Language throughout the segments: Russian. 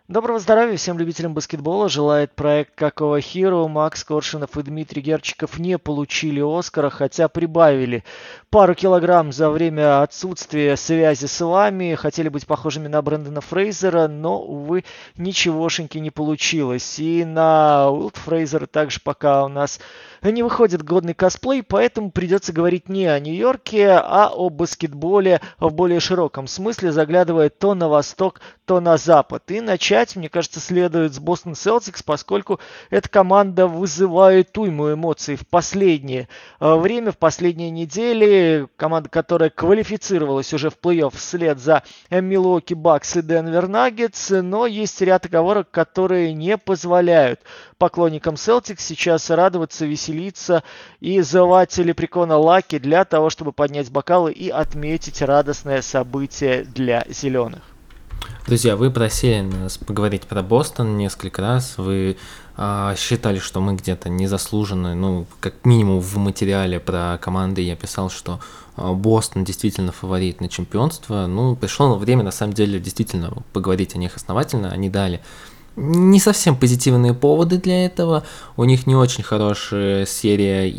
Доброго здоровья всем любителям баскетбола. Желает проект Какого Hero. Макс Коршунов и Дмитрий Герчиков не получили Оскара, хотя прибавили пару килограмм за время отсутствия связи с вами. Хотели быть похожими на Брэндона Фрейзера, но, увы, ничегошеньки не получилось. И на Уилд Фрейзера также пока у нас не выходит годный косплей, поэтому придется говорить не о Нью-Йорке, а о баскетболе в более широком смысле, заглядывая то на восток, то на запад. И начать, мне кажется, следует с Бостон Селтикс, поскольку эта команда вызывает уйму эмоций в последнее время, в последние недели. Команда, которая квалифицировалась уже в плей-офф вслед за Милуоки Бакс и Денвер Наггетс, но есть ряд оговорок, которые не позволяют поклонникам Celtics сейчас радоваться, веселиться и звать Лепрекона Лаки для того, чтобы поднять бокалы и отметить радостное событие для зеленых. Друзья, вы просили нас поговорить про Бостон несколько раз. Вы считали, что мы где-то незаслуженно, как минимум в материале про команды я писал, что Бостон действительно фаворит на чемпионство. Пришло время, на самом деле, действительно поговорить о них основательно. Они дали не совсем позитивные поводы для этого. У них не очень хорошая серия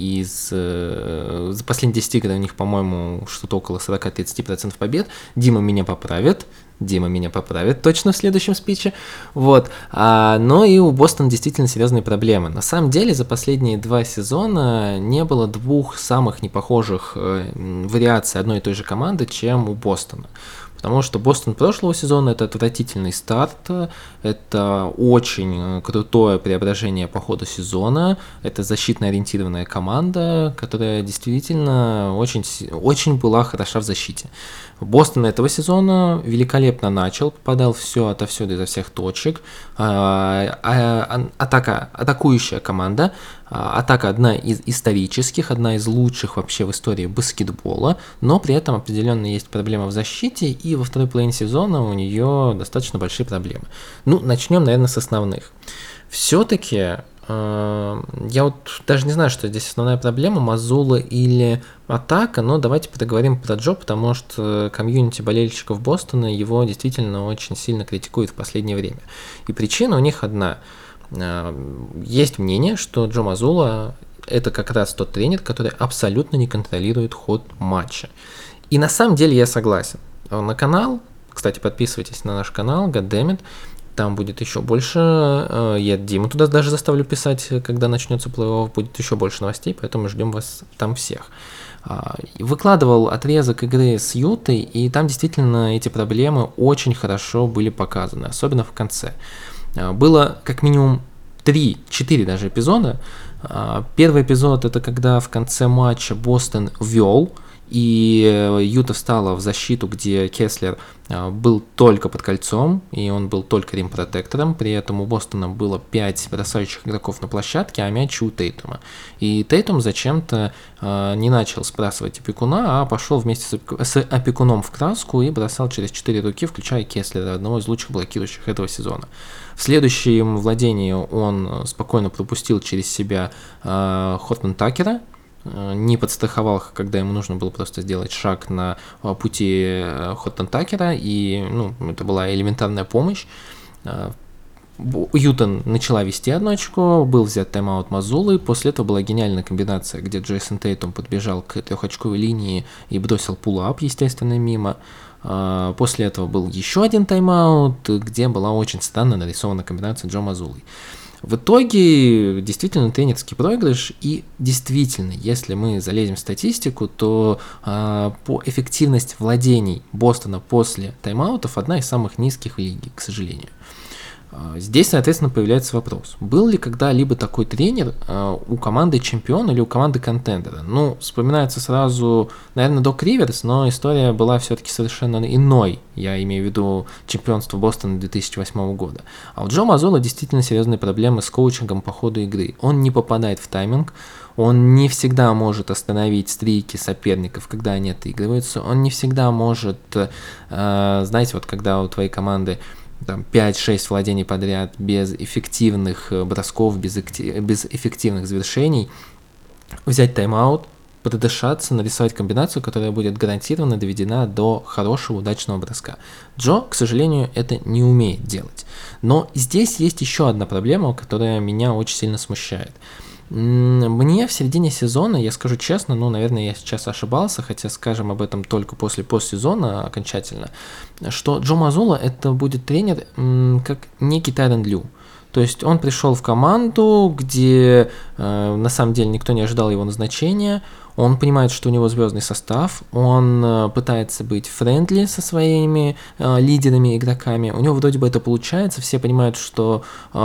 за последние 10 игр у них, по-моему, что-то около 40-30% побед. Дима меня поправит точно в следующем спиче. Вот. Но и у Бостона действительно серьезные проблемы. На самом деле, за последние 2 сезона не было двух самых непохожих вариаций одной и той же команды, чем у Бостона. Потому что Бостон прошлого сезона – это отвратительный старт, это очень крутое преображение по ходу сезона, это защитно ориентированная команда, которая действительно очень была хороша в защите. Бостон этого сезона великолепно начал, попадал все отовсюду изо всех точек, атакующая команда, атака одна из исторических, одна из лучших вообще в истории баскетбола, но при этом определенно есть проблема в защите, и во второй половине сезона у нее достаточно большие проблемы. Начнем, наверное, с основных. Все-таки я вот даже не знаю, что здесь основная проблема, Мазула или атака, но давайте поговорим про Джо, потому что комьюнити болельщиков Бостона его действительно очень сильно критикует в последнее время. И причина у них одна. Есть мнение, что Джо Мазула это как раз тот тренер, который абсолютно не контролирует ход матча. И на самом деле я согласен. На канал, кстати, подписывайтесь на наш канал, goddammit, там будет еще больше, я Диму туда даже заставлю писать, когда начнется плей-офф, будет еще больше новостей, поэтому ждем вас там всех. Выкладывал отрезок игры с Ютой, и там действительно эти проблемы очень хорошо были показаны, особенно в конце. Было как минимум 3-4 даже эпизода. Первый эпизод — это когда в конце матча Бостон вел, и Юта встала в защиту, где Кеслер был только под кольцом, и он был только рим-протектором. При этом у Бостона было 5 бросающих игроков на площадке, а мяч у Тейтума. И Тейтум зачем-то не начал сбрасывать опекуна, а пошел вместе с опекуном в краску и бросал через 4 руки, включая Кеслера, одного из лучших блокирующих этого сезона. В следующем владении он спокойно пропустил через себя Хортман Такера, не подстраховал, когда ему нужно было просто сделать шаг на пути Хортон Такера, и это была элементарная помощь. Ютон начала вести 1, был взят тайм-аут Мазулы, после этого была гениальная комбинация, где Джейсон Тейтум подбежал к 3-очковой линии и бросил пул-ап, естественно, мимо. После этого был еще один тайм-аут, где была очень странно нарисована комбинация Джо Мазулы. В итоге действительно тренерский проигрыш, и действительно, если мы залезем в статистику, то по эффективности владений Бостона после тайм-аутов одна из самых низких в лиге, к сожалению. Здесь, соответственно, появляется вопрос, был ли когда-либо такой тренер у команды чемпиона или у команды контендера? Вспоминается сразу, наверное, Док Риверс, но история была все-таки совершенно иной, я имею в виду чемпионство Бостона 2008 года. А у Джо Мазула действительно серьезные проблемы с коучингом по ходу игры. Он не попадает в тайминг, он не всегда может остановить стрики соперников, когда они отыгрываются, он не всегда может, знаете, вот когда у твоей команды 5-6 владений подряд без эффективных бросков, без эффективных завершений, взять тайм-аут, продышаться, нарисовать комбинацию, которая будет гарантированно доведена до хорошего, удачного броска. Джо, к сожалению, это не умеет делать. Но здесь есть еще одна проблема, которая меня очень сильно смущает. Мне в середине сезона, я скажу честно, наверное, я сейчас ошибался, хотя скажем об этом только после постсезона окончательно, что Джо Мазула это будет тренер как некий Тайрон Лю. То есть он пришел в команду, где на самом деле никто не ожидал его назначения, он понимает, что у него звездный состав, он пытается быть френдли со своими лидерами, игроками, у него вроде бы это получается, все понимают, что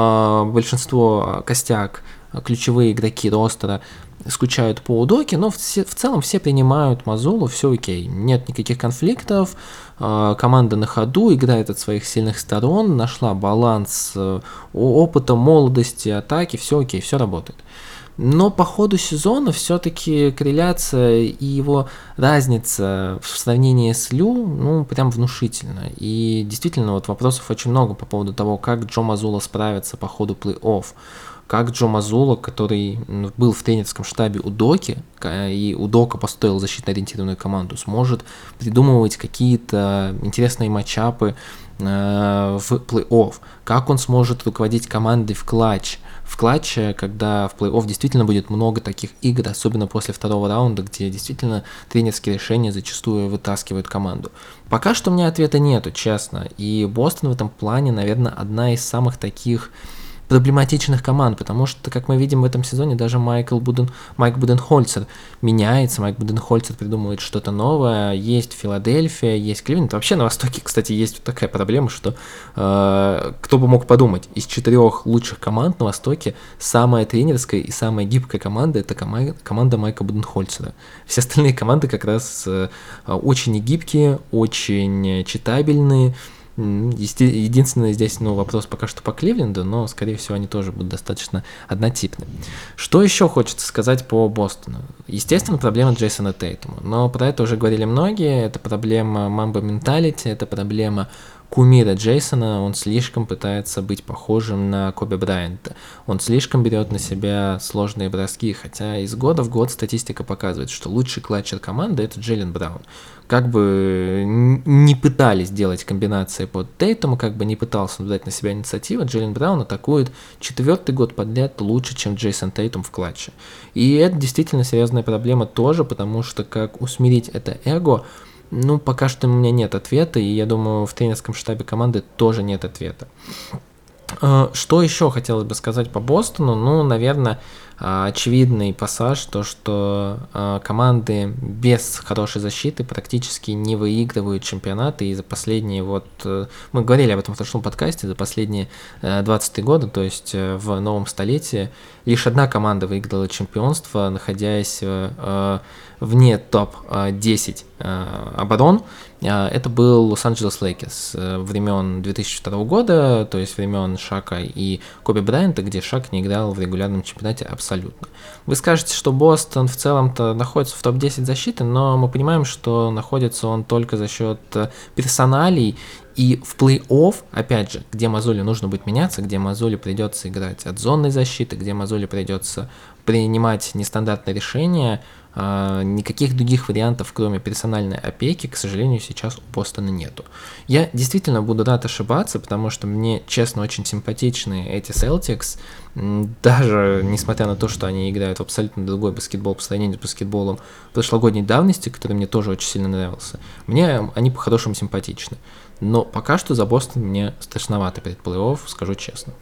большинство костяк, ключевые игроки ростера скучают по Удоке, но в целом все принимают Мазулу, все окей, нет никаких конфликтов, команда на ходу, играет от своих сильных сторон, нашла баланс опыта, молодости, атаки, все окей, все работает. Но по ходу сезона все-таки корреляция и его разница в сравнении с Лю, прям внушительна. И действительно, вопросов очень много по поводу того, как Джо Мазула справится по ходу плей-офф. Как Джо Мазула, который был в тренерском штабе Удоки, и Удока построил защитно-ориентированную команду, сможет придумывать какие-то интересные матчапы в плей-офф. Как он сможет руководить командой в клатче, когда в плей-офф действительно будет много таких игр, особенно после второго раунда, где действительно тренерские решения зачастую вытаскивают команду. Пока что у меня ответа нету, честно. И Бостон в этом плане, наверное, одна из самых таких проблематичных команд, потому что, как мы видим в этом сезоне, даже Майк Буденхольцер меняется, Майк Буденхольцер придумывает что-то новое, есть Филадельфия, есть Кливленд. Вообще на Востоке, кстати, есть такая проблема, что кто бы мог подумать, из 4 лучших команд на Востоке самая тренерская и самая гибкая команда — это команда Майка Буденхольцера. Все остальные команды как раз очень негибкие, очень читабельные. Единственное здесь вопрос пока что по Кливленду, но скорее всего они тоже будут достаточно однотипны. Что еще хочется сказать по Бостону? Естественно, проблема Джейсона Тейтума, но про это уже говорили многие, это проблема Мамбо Менталити, это проблема кумира Джейсона, он слишком пытается быть похожим на Коби Брайанта, он слишком берет на себя сложные броски, хотя из года в год статистика показывает, что лучший клатчер команды — это Джейлен Браун. Как бы не пытались делать комбинации под Тейтума, как бы не пытался он взять на себя инициативу, Джейлен Браун атакует 4-й год подряд лучше, чем Джейсон Тейтум в клатче. И это действительно серьезная проблема тоже, потому что как усмирить это эго, пока что у меня нет ответа, и я думаю, в тренерском штабе команды тоже нет ответа. Что еще хотелось бы сказать по Бостону? Наверное, очевидный пассаж, то что команды без хорошей защиты практически не выигрывают чемпионаты, и за последние, мы говорили об этом в прошлом подкасте, за последние 20 годы, то есть в новом столетии, лишь одна команда выиграла чемпионство, находясь вне топ-10 оборон. Это был Лос-Анджелес Лейкерс времен 2002 года, то есть времен Шака и Коби Брайанта, где Шак не играл в регулярном чемпионате абсолютно. Вы скажете, что Бостон в целом-то находится в топ-10 защиты, но мы понимаем, что находится он только за счет персоналей, и в плей-офф, опять же, где Мазуле нужно будет меняться, где Мазуле придется играть от зонной защиты, где Мазуле придется принимать нестандартные решения, никаких других вариантов, кроме персональной опеки, к сожалению, сейчас у Бостона нету. Я действительно буду рад ошибаться, потому что мне, честно, очень симпатичны эти Celtics, даже несмотря на то, что они играют в абсолютно другой баскетбол по сравнению с баскетболом прошлогодней давности, который мне тоже очень сильно нравился. Мне они по-хорошему симпатичны. Но пока что за Бостон мне страшновато перед плей-офф, скажу честно.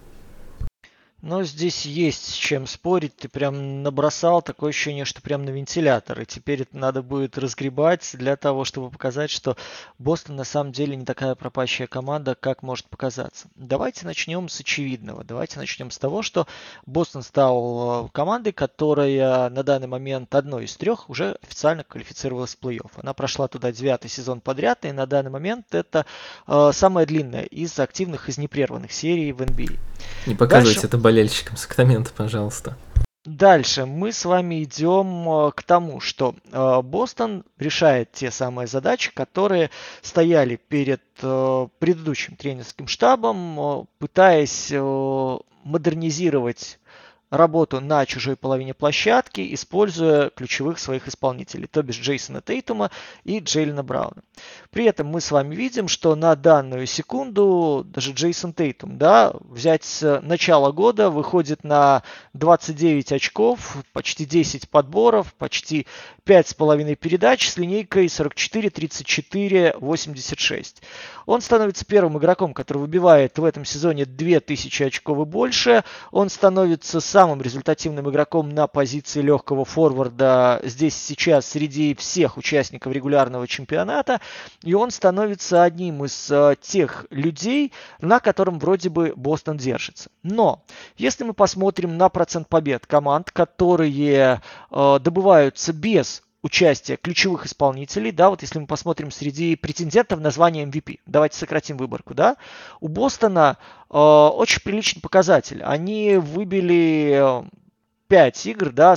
Но здесь есть с чем спорить. Ты прям набросал такое ощущение, что прям на вентилятор. И теперь это надо будет разгребать для того, чтобы показать, что Бостон на самом деле не такая пропащая команда, как может показаться. Давайте начнем с очевидного. Давайте начнем с того, что Бостон стал командой, которая на данный момент одной из 3 уже официально квалифицировалась в плей-офф. Она прошла туда 9-й сезон подряд, и на данный момент это самая длинная из активных, из непрерванных серий в NBA. Не показывайте это болельщикам Сакрамента, пожалуйста. Дальше мы с вами идем к тому, что Бостон решает те самые задачи, которые стояли перед предыдущим тренерским штабом, пытаясь модернизировать работу на чужой половине площадки, используя ключевых своих исполнителей, то бишь Джейсона Тейтума и Джейлена Брауна. При этом мы с вами видим, что на данную секунду даже Джейсон Тейтум, да, взять с начала года, выходит на 29 очков, почти 10 подборов, почти 5,5 передач с линейкой 44, 34, 86. Он становится первым игроком, который выбивает в этом сезоне 2000 очков и больше. Он становится самым результативным игроком на позиции легкого форварда здесь сейчас среди всех участников регулярного чемпионата. И он становится одним из тех людей, на котором вроде бы Бостон держится. Но если мы посмотрим на процент побед команд, которые добываются без участия ключевых исполнителей, да, вот если мы посмотрим среди претендентов на звание MVP, давайте сократим выборку, да, у Бостона очень приличный показатель. Они выбили 5 игр, да,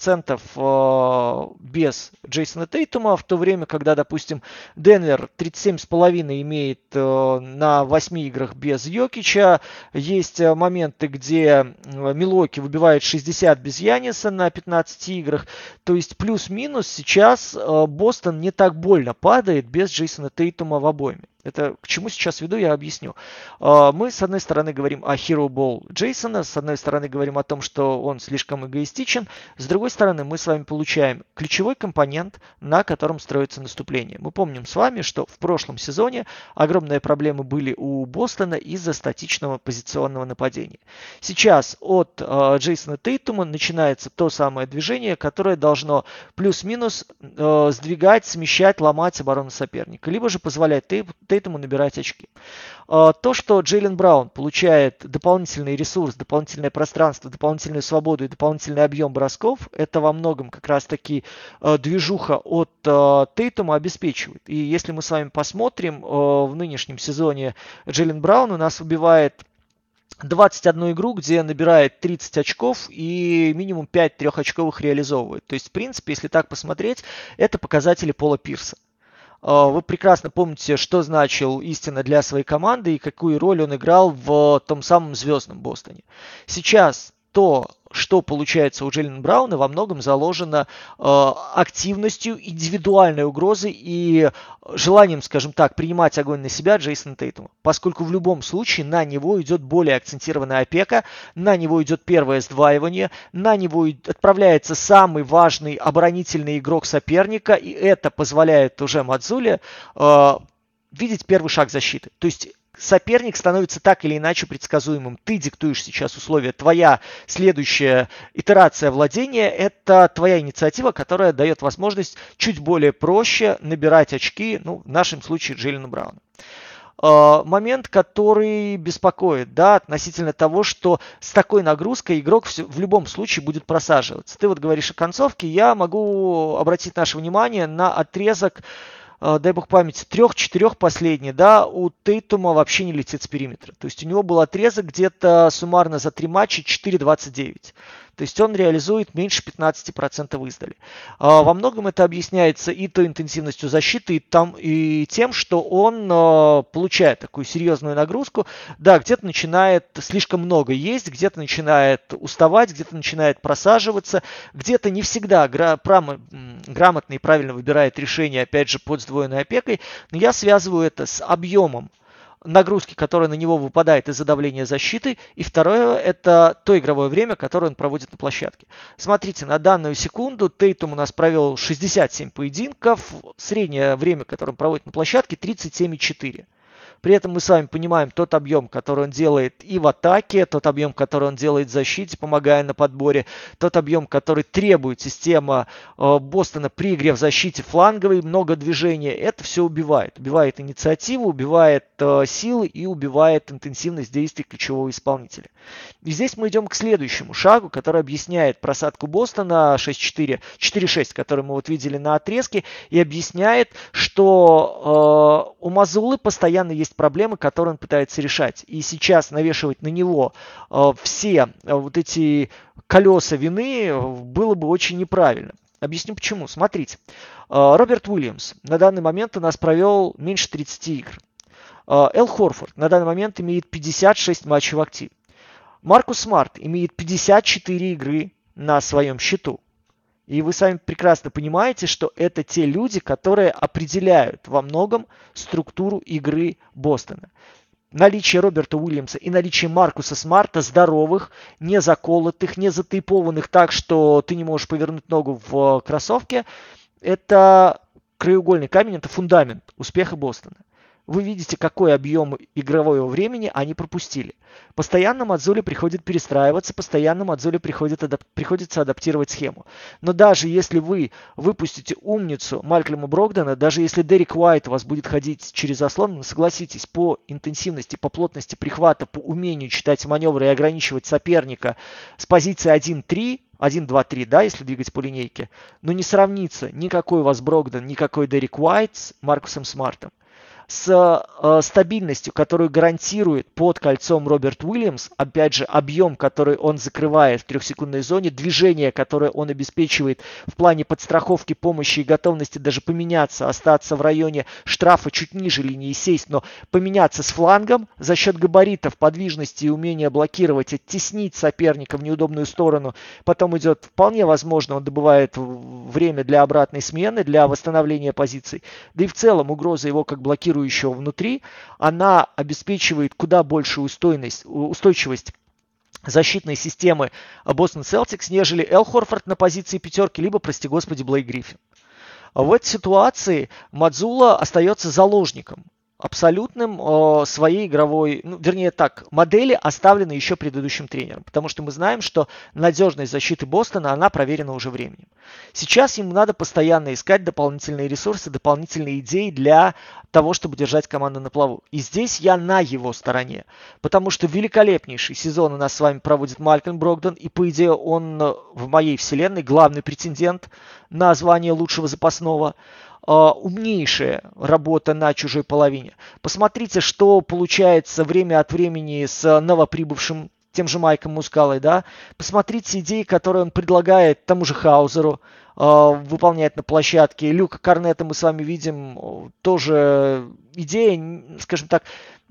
40% без Джейсона Тейтума, в то время, когда, допустим, Денвер 37,5 имеет на 8 играх без Йокича. Есть моменты, где Милуоки выбивает 60 без Яниса на 15 играх. То есть плюс-минус сейчас Бостон не так больно падает без Джейсона Тейтума в обойме. Это к чему сейчас веду, я объясню. Мы, с одной стороны, говорим о Hero Ball Джейсона, с одной стороны, говорим о том, что он слишком эгоистичен, с другой стороны, мы с вами получаем ключевой компонент, на котором строится наступление. Мы помним с вами, что в прошлом сезоне огромные проблемы были у Бостона из-за статичного позиционного нападения. Сейчас от Джейсона Тейтума начинается то самое движение, которое должно плюс-минус сдвигать, смещать, ломать оборону соперника, либо же позволять Тейтуму набирать очки. То, что Джейлен Браун получает дополнительный ресурс, дополнительное пространство, дополнительную свободу и дополнительный объем бросков, это во многом как раз-таки движуха от Тейтума обеспечивает. И если мы с вами посмотрим, в нынешнем сезоне Джейлен Браун у нас выбивает 21 игру, где набирает 30 очков и минимум 5 трехочковых реализовывает. То есть, в принципе, если так посмотреть, это показатели Пола Пирса. Вы прекрасно помните, что значил истинно для своей команды и какую роль он играл в том самом звездном Бостоне. Сейчас то, что получается у Джейлена Брауна, во многом заложено активностью, индивидуальной угрозой и желанием, скажем так, принимать огонь на себя Джейсона Тейтума. Поскольку в любом случае на него идет более акцентированная опека, на него идет первое сдваивание, на него отправляется самый важный оборонительный игрок соперника, и это позволяет уже Мадзуле видеть первый шаг защиты. То есть соперник становится так или иначе предсказуемым. Ты диктуешь сейчас условия. Твоя следующая итерация владения – это твоя инициатива, которая дает возможность чуть более проще набирать очки, ну, в нашем случае Джейлену Брауну. Момент, который беспокоит, да, относительно того, что с такой нагрузкой игрок в любом случае будет просаживаться. Ты вот говоришь о концовке, я могу обратить наше внимание на отрезок, дай бог памяти, 3-4 последний, да, у Тейтума вообще не летит с периметра. То есть у него был отрезок где-то суммарно за 3 матча 4,29. То есть он реализует меньше 15% издали. Во многом это объясняется и той интенсивностью защиты, и тем, что он получает такую серьезную нагрузку. Да, где-то начинает слишком много есть, где-то начинает уставать, где-то начинает просаживаться, где-то не всегда грамотно и правильно выбирает решение, опять же, под сдвоенной опекой. Но я связываю это с объемом нагрузки, которая на него выпадает из-за давления защиты. И второе, это то игровое время, которое он проводит на площадке. Смотрите, на данную секунду Тейтум у нас провел 67 поединков. Среднее время, которое он проводит на площадке, 37,4. При этом мы с вами понимаем тот объем, который он делает и в атаке, тот объем, который он делает в защите, помогая на подборе, тот объем, который требует система Бостона при игре в защите фланговой, много движения. Это все убивает. Убивает инициативу, убивает силы и убивает интенсивность действий ключевого исполнителя. И здесь мы идем к следующему шагу, который объясняет просадку Бостона 6-4, 4-6, который мы вот видели на отрезке, и объясняет, что у Мазулы постоянно есть проблемы, которые он пытается решать. И сейчас навешивать на него все вот эти колеса вины было бы очень неправильно. Объясню почему. Смотрите. Роберт Уильямс на данный момент у нас провел меньше 30 игр. Эл Хорфорд на данный момент имеет 56 матчей в активе. Маркус Смарт имеет 54 игры на своем счету. И вы сами прекрасно понимаете, что это те люди, которые определяют во многом структуру игры Бостона. Наличие Роберта Уильямса и наличие Маркуса Смарта здоровых, не заколотых, не затейпованных так, что ты не можешь повернуть ногу в кроссовке, это краеугольный камень, это фундамент успеха Бостона. Вы видите, какой объем игрового времени они пропустили. Постоянно Мадзуле приходит перестраиваться, постоянно Мадзуле приходится адаптировать схему. Но даже если вы выпустите умницу Малькольма Брогдона, даже если Дерек Уайт у вас будет ходить через заслон, согласитесь, по интенсивности, по плотности прихвата, по умению читать маневры и ограничивать соперника с позиции 1-3, 1-2-3, да, если двигать по линейке, но не сравнится никакой у вас Брогдон, никакой Дерек Уайт с Маркусом Смартом. С стабильностью, которую гарантирует под кольцом Роберт Уильямс, опять же, объем, который он закрывает в трехсекундной зоне, движение, которое он обеспечивает в плане подстраховки, помощи и готовности даже поменяться, остаться в районе штрафа чуть ниже линии, сесть, но поменяться с флангом за счет габаритов, подвижности и умения блокировать, оттеснить соперника в неудобную сторону. Потом идет, вполне возможно, он добывает время для обратной смены, для восстановления позиций. Да и в целом угроза его как блокирующего внутри, она обеспечивает куда большую устойчивость защитной системы Бостон Селтикс, нежели Эл Хорфорд на позиции пятерки, либо, прости господи, Блейк Гриффин. В этой ситуации Мадзула остается заложником абсолютным своей игровой, модели, оставленной еще предыдущим тренером. Потому что мы знаем, что надежность защиты Бостона, она проверена уже временем. Сейчас ему надо постоянно искать дополнительные ресурсы, дополнительные идеи для того, чтобы держать команду на плаву. И здесь я на его стороне. Потому что великолепнейший сезон у нас с вами проводит Малькольм Брогдон. И по идее он в моей вселенной главный претендент на звание лучшего запасного. Умнейшая работа на чужой половине. Посмотрите, что получается время от времени с новоприбывшим тем же Майком Мускалой, да. Посмотрите идеи, которые он предлагает тому же Хаузеру, выполняет на площадке. Люка Корнета мы с вами видим, тоже идея, скажем так,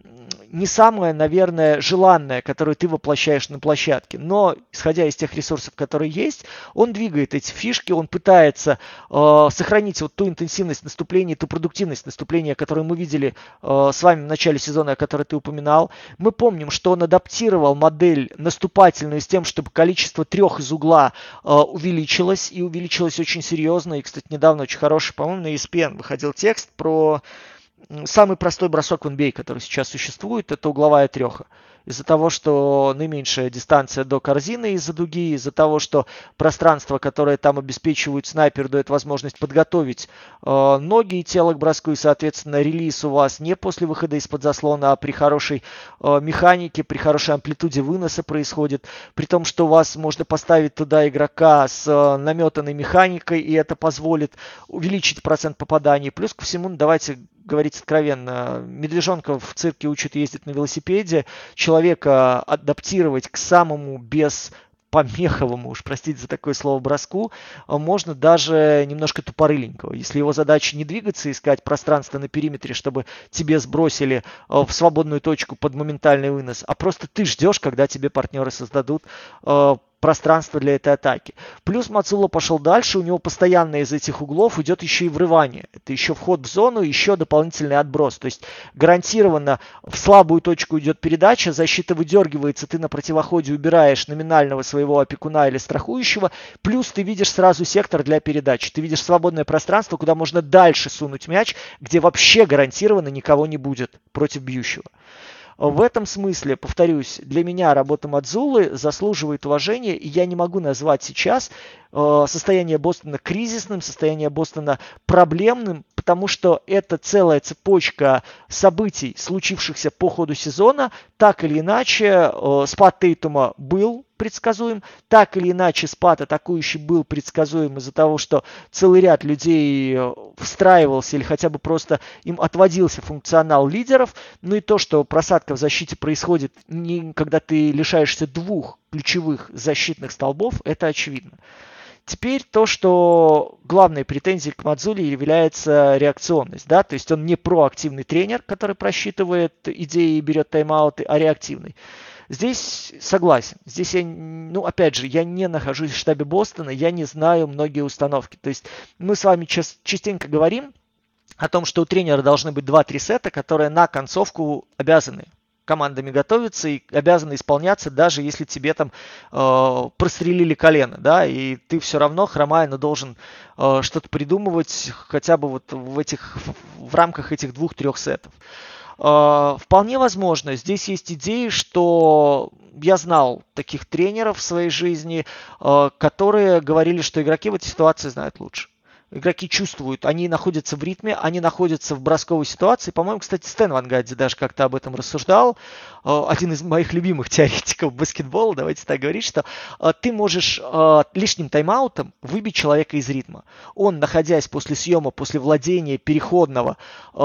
не самая, наверное, желанная, которую ты воплощаешь на площадке. Но, исходя из тех ресурсов, которые есть, он двигает эти фишки, он пытается сохранить вот ту интенсивность наступления, ту продуктивность наступления, которую мы видели с вами в начале сезона, о которой ты упоминал. Мы помним, что он адаптировал модель наступательную с тем, чтобы количество трех из угла увеличилось, и увеличилось очень серьезно. И, кстати, недавно очень хороший, по-моему, на ESPN выходил текст про самый простой бросок в NBA, который сейчас существует, это угловая треха. Из-за того, что наименьшая дистанция до корзины из-за дуги, из-за того, что пространство, которое там обеспечивают снайпер, дает возможность подготовить ноги и тело к броску, и, соответственно, релиз у вас не после выхода из-под заслона, а при хорошей механике, при хорошей амплитуде выноса происходит. При том, что у вас можно поставить туда игрока с наметанной механикой, и это позволит увеличить процент попаданий. Плюс ко всему, давайте говорить откровенно, медвежонка в цирке учат ездить на велосипеде, человека адаптировать к самому беспомеховому, уж простите за такое слово, броску, можно даже немножко тупорыленького. Если его задача не двигаться, искать пространство на периметре, чтобы тебе сбросили в свободную точку под моментальный вынос, а просто ты ждешь, когда тебе партнеры создадут пространство для этой атаки. Плюс Мацула пошел дальше, у него постоянно из этих углов идет еще и врывание. Это еще вход в зону, еще дополнительный отброс. То есть гарантированно в слабую точку идет передача, защита выдергивается, ты на противоходе убираешь номинального своего опекуна или страхующего, плюс ты видишь сразу сектор для передачи. Ты видишь свободное пространство, куда можно дальше сунуть мяч, где вообще гарантированно никого не будет против бьющего. В этом смысле, повторюсь, для меня работа Мадзулы заслуживает уважения, и я не могу назвать сейчас состояние Бостона кризисным, состояние Бостона проблемным, потому что это целая цепочка событий, случившихся по ходу сезона. Так или иначе, спад Тейтума был предсказуем, так или иначе спад атакующий был предсказуем из-за того, что целый ряд людей встраивался или хотя бы просто им отводился функционал лидеров. Ну и то, что просадка в защите происходит, когда ты лишаешься двух ключевых защитных столбов, это очевидно. Теперь то, что главной претензией к Мадзуле является реакционность. Да? То есть он не проактивный тренер, который просчитывает идеи и берет тайм-ауты, а реактивный. Здесь согласен. Здесь я, опять же, я не нахожусь в штабе Бостона, я не знаю многие установки. То есть мы с вами частенько говорим о том, что у тренера должны быть 2-3 сета, которые на концовку обязаны командами готовиться и обязаны исполняться, даже если тебе там прострелили колено, да, и ты все равно, хромая, но должен что-то придумывать хотя бы вот в рамках этих 2-3 сетов. Вполне возможно, здесь есть идеи, что я знал таких тренеров в своей жизни, которые говорили, что игроки в этой ситуации знают лучше. Игроки чувствуют, они находятся в ритме, они находятся в бросковой ситуации. По-моему, кстати, Стэн Ван Ганди даже как-то об этом рассуждал. Один из моих любимых теоретиков баскетбола, давайте так говорить, что ты можешь лишним тайм-аутом выбить человека из ритма. Он, находясь после съема, после владения переходного,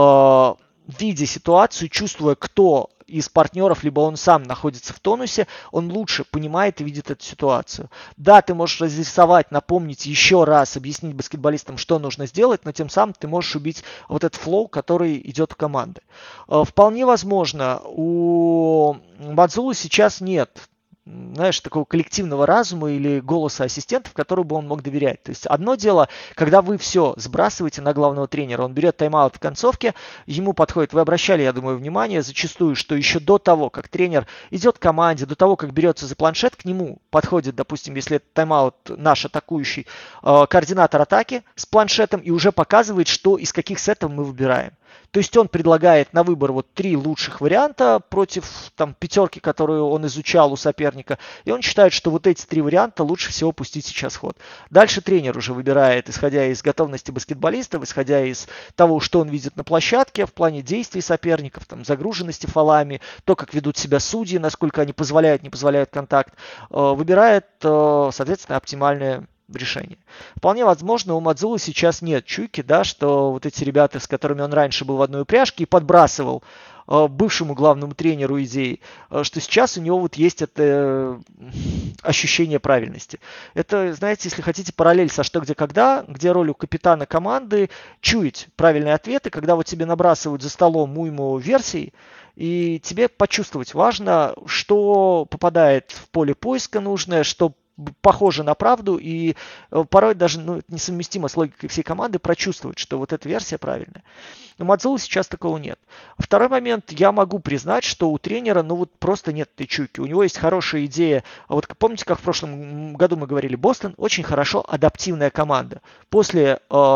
видя ситуацию, чувствуя, кто из партнеров, либо он сам находится в тонусе, он лучше понимает и видит эту ситуацию. Да, ты можешь разрисовать, напомнить еще раз, объяснить баскетболистам, что нужно сделать, но тем самым ты можешь убить вот этот флоу, который идет у команды. Вполне возможно, у Мадзулы сейчас нет, знаешь, такого коллективного разума или голоса ассистентов, которому бы он мог доверять. То есть одно дело, когда вы все сбрасываете на главного тренера, он берет тайм-аут в концовке, ему подходит, вы обращали, я думаю, внимание зачастую, что еще до того, как тренер идет к команде, до того, как берется за планшет, к нему подходит, допустим, если это тайм-аут наш атакующий, координатор атаки с планшетом и уже показывает, что из каких сетов мы выбираем. То есть он предлагает на выбор вот 3 лучших варианта против там 5, которую он изучал у соперника. И он считает, что вот эти 3 варианта лучше всего пустить сейчас в ход. Дальше тренер уже выбирает, исходя из готовности баскетболистов, исходя из того, что он видит на площадке в плане действий соперников, там, загруженности фолами, то, как ведут себя судьи, насколько они позволяют, не позволяют контакт, выбирает, соответственно, оптимальное решение. Вполне возможно, у Мадзулы сейчас нет чуйки, да, что вот эти ребята, с которыми он раньше был в одной упряжке и подбрасывал бывшему главному тренеру идеи, что сейчас у него вот есть это ощущение правильности. Это, знаете, если хотите, параллель со «Что, где, когда», где роль у капитана команды чуять правильные ответы, когда вот тебе набрасывают за столом уйму версий, и тебе почувствовать важно, что попадает в поле поиска нужное, что похоже на правду, и порой даже несовместимо с логикой всей команды прочувствовать, что вот эта версия правильная. У Мадзулы сейчас такого нет. Второй момент, я могу признать, что у тренера, просто нет этой чуйки. У него есть хорошая идея. Вот помните, как в прошлом году мы говорили, Бостон очень хорошо адаптивная команда. После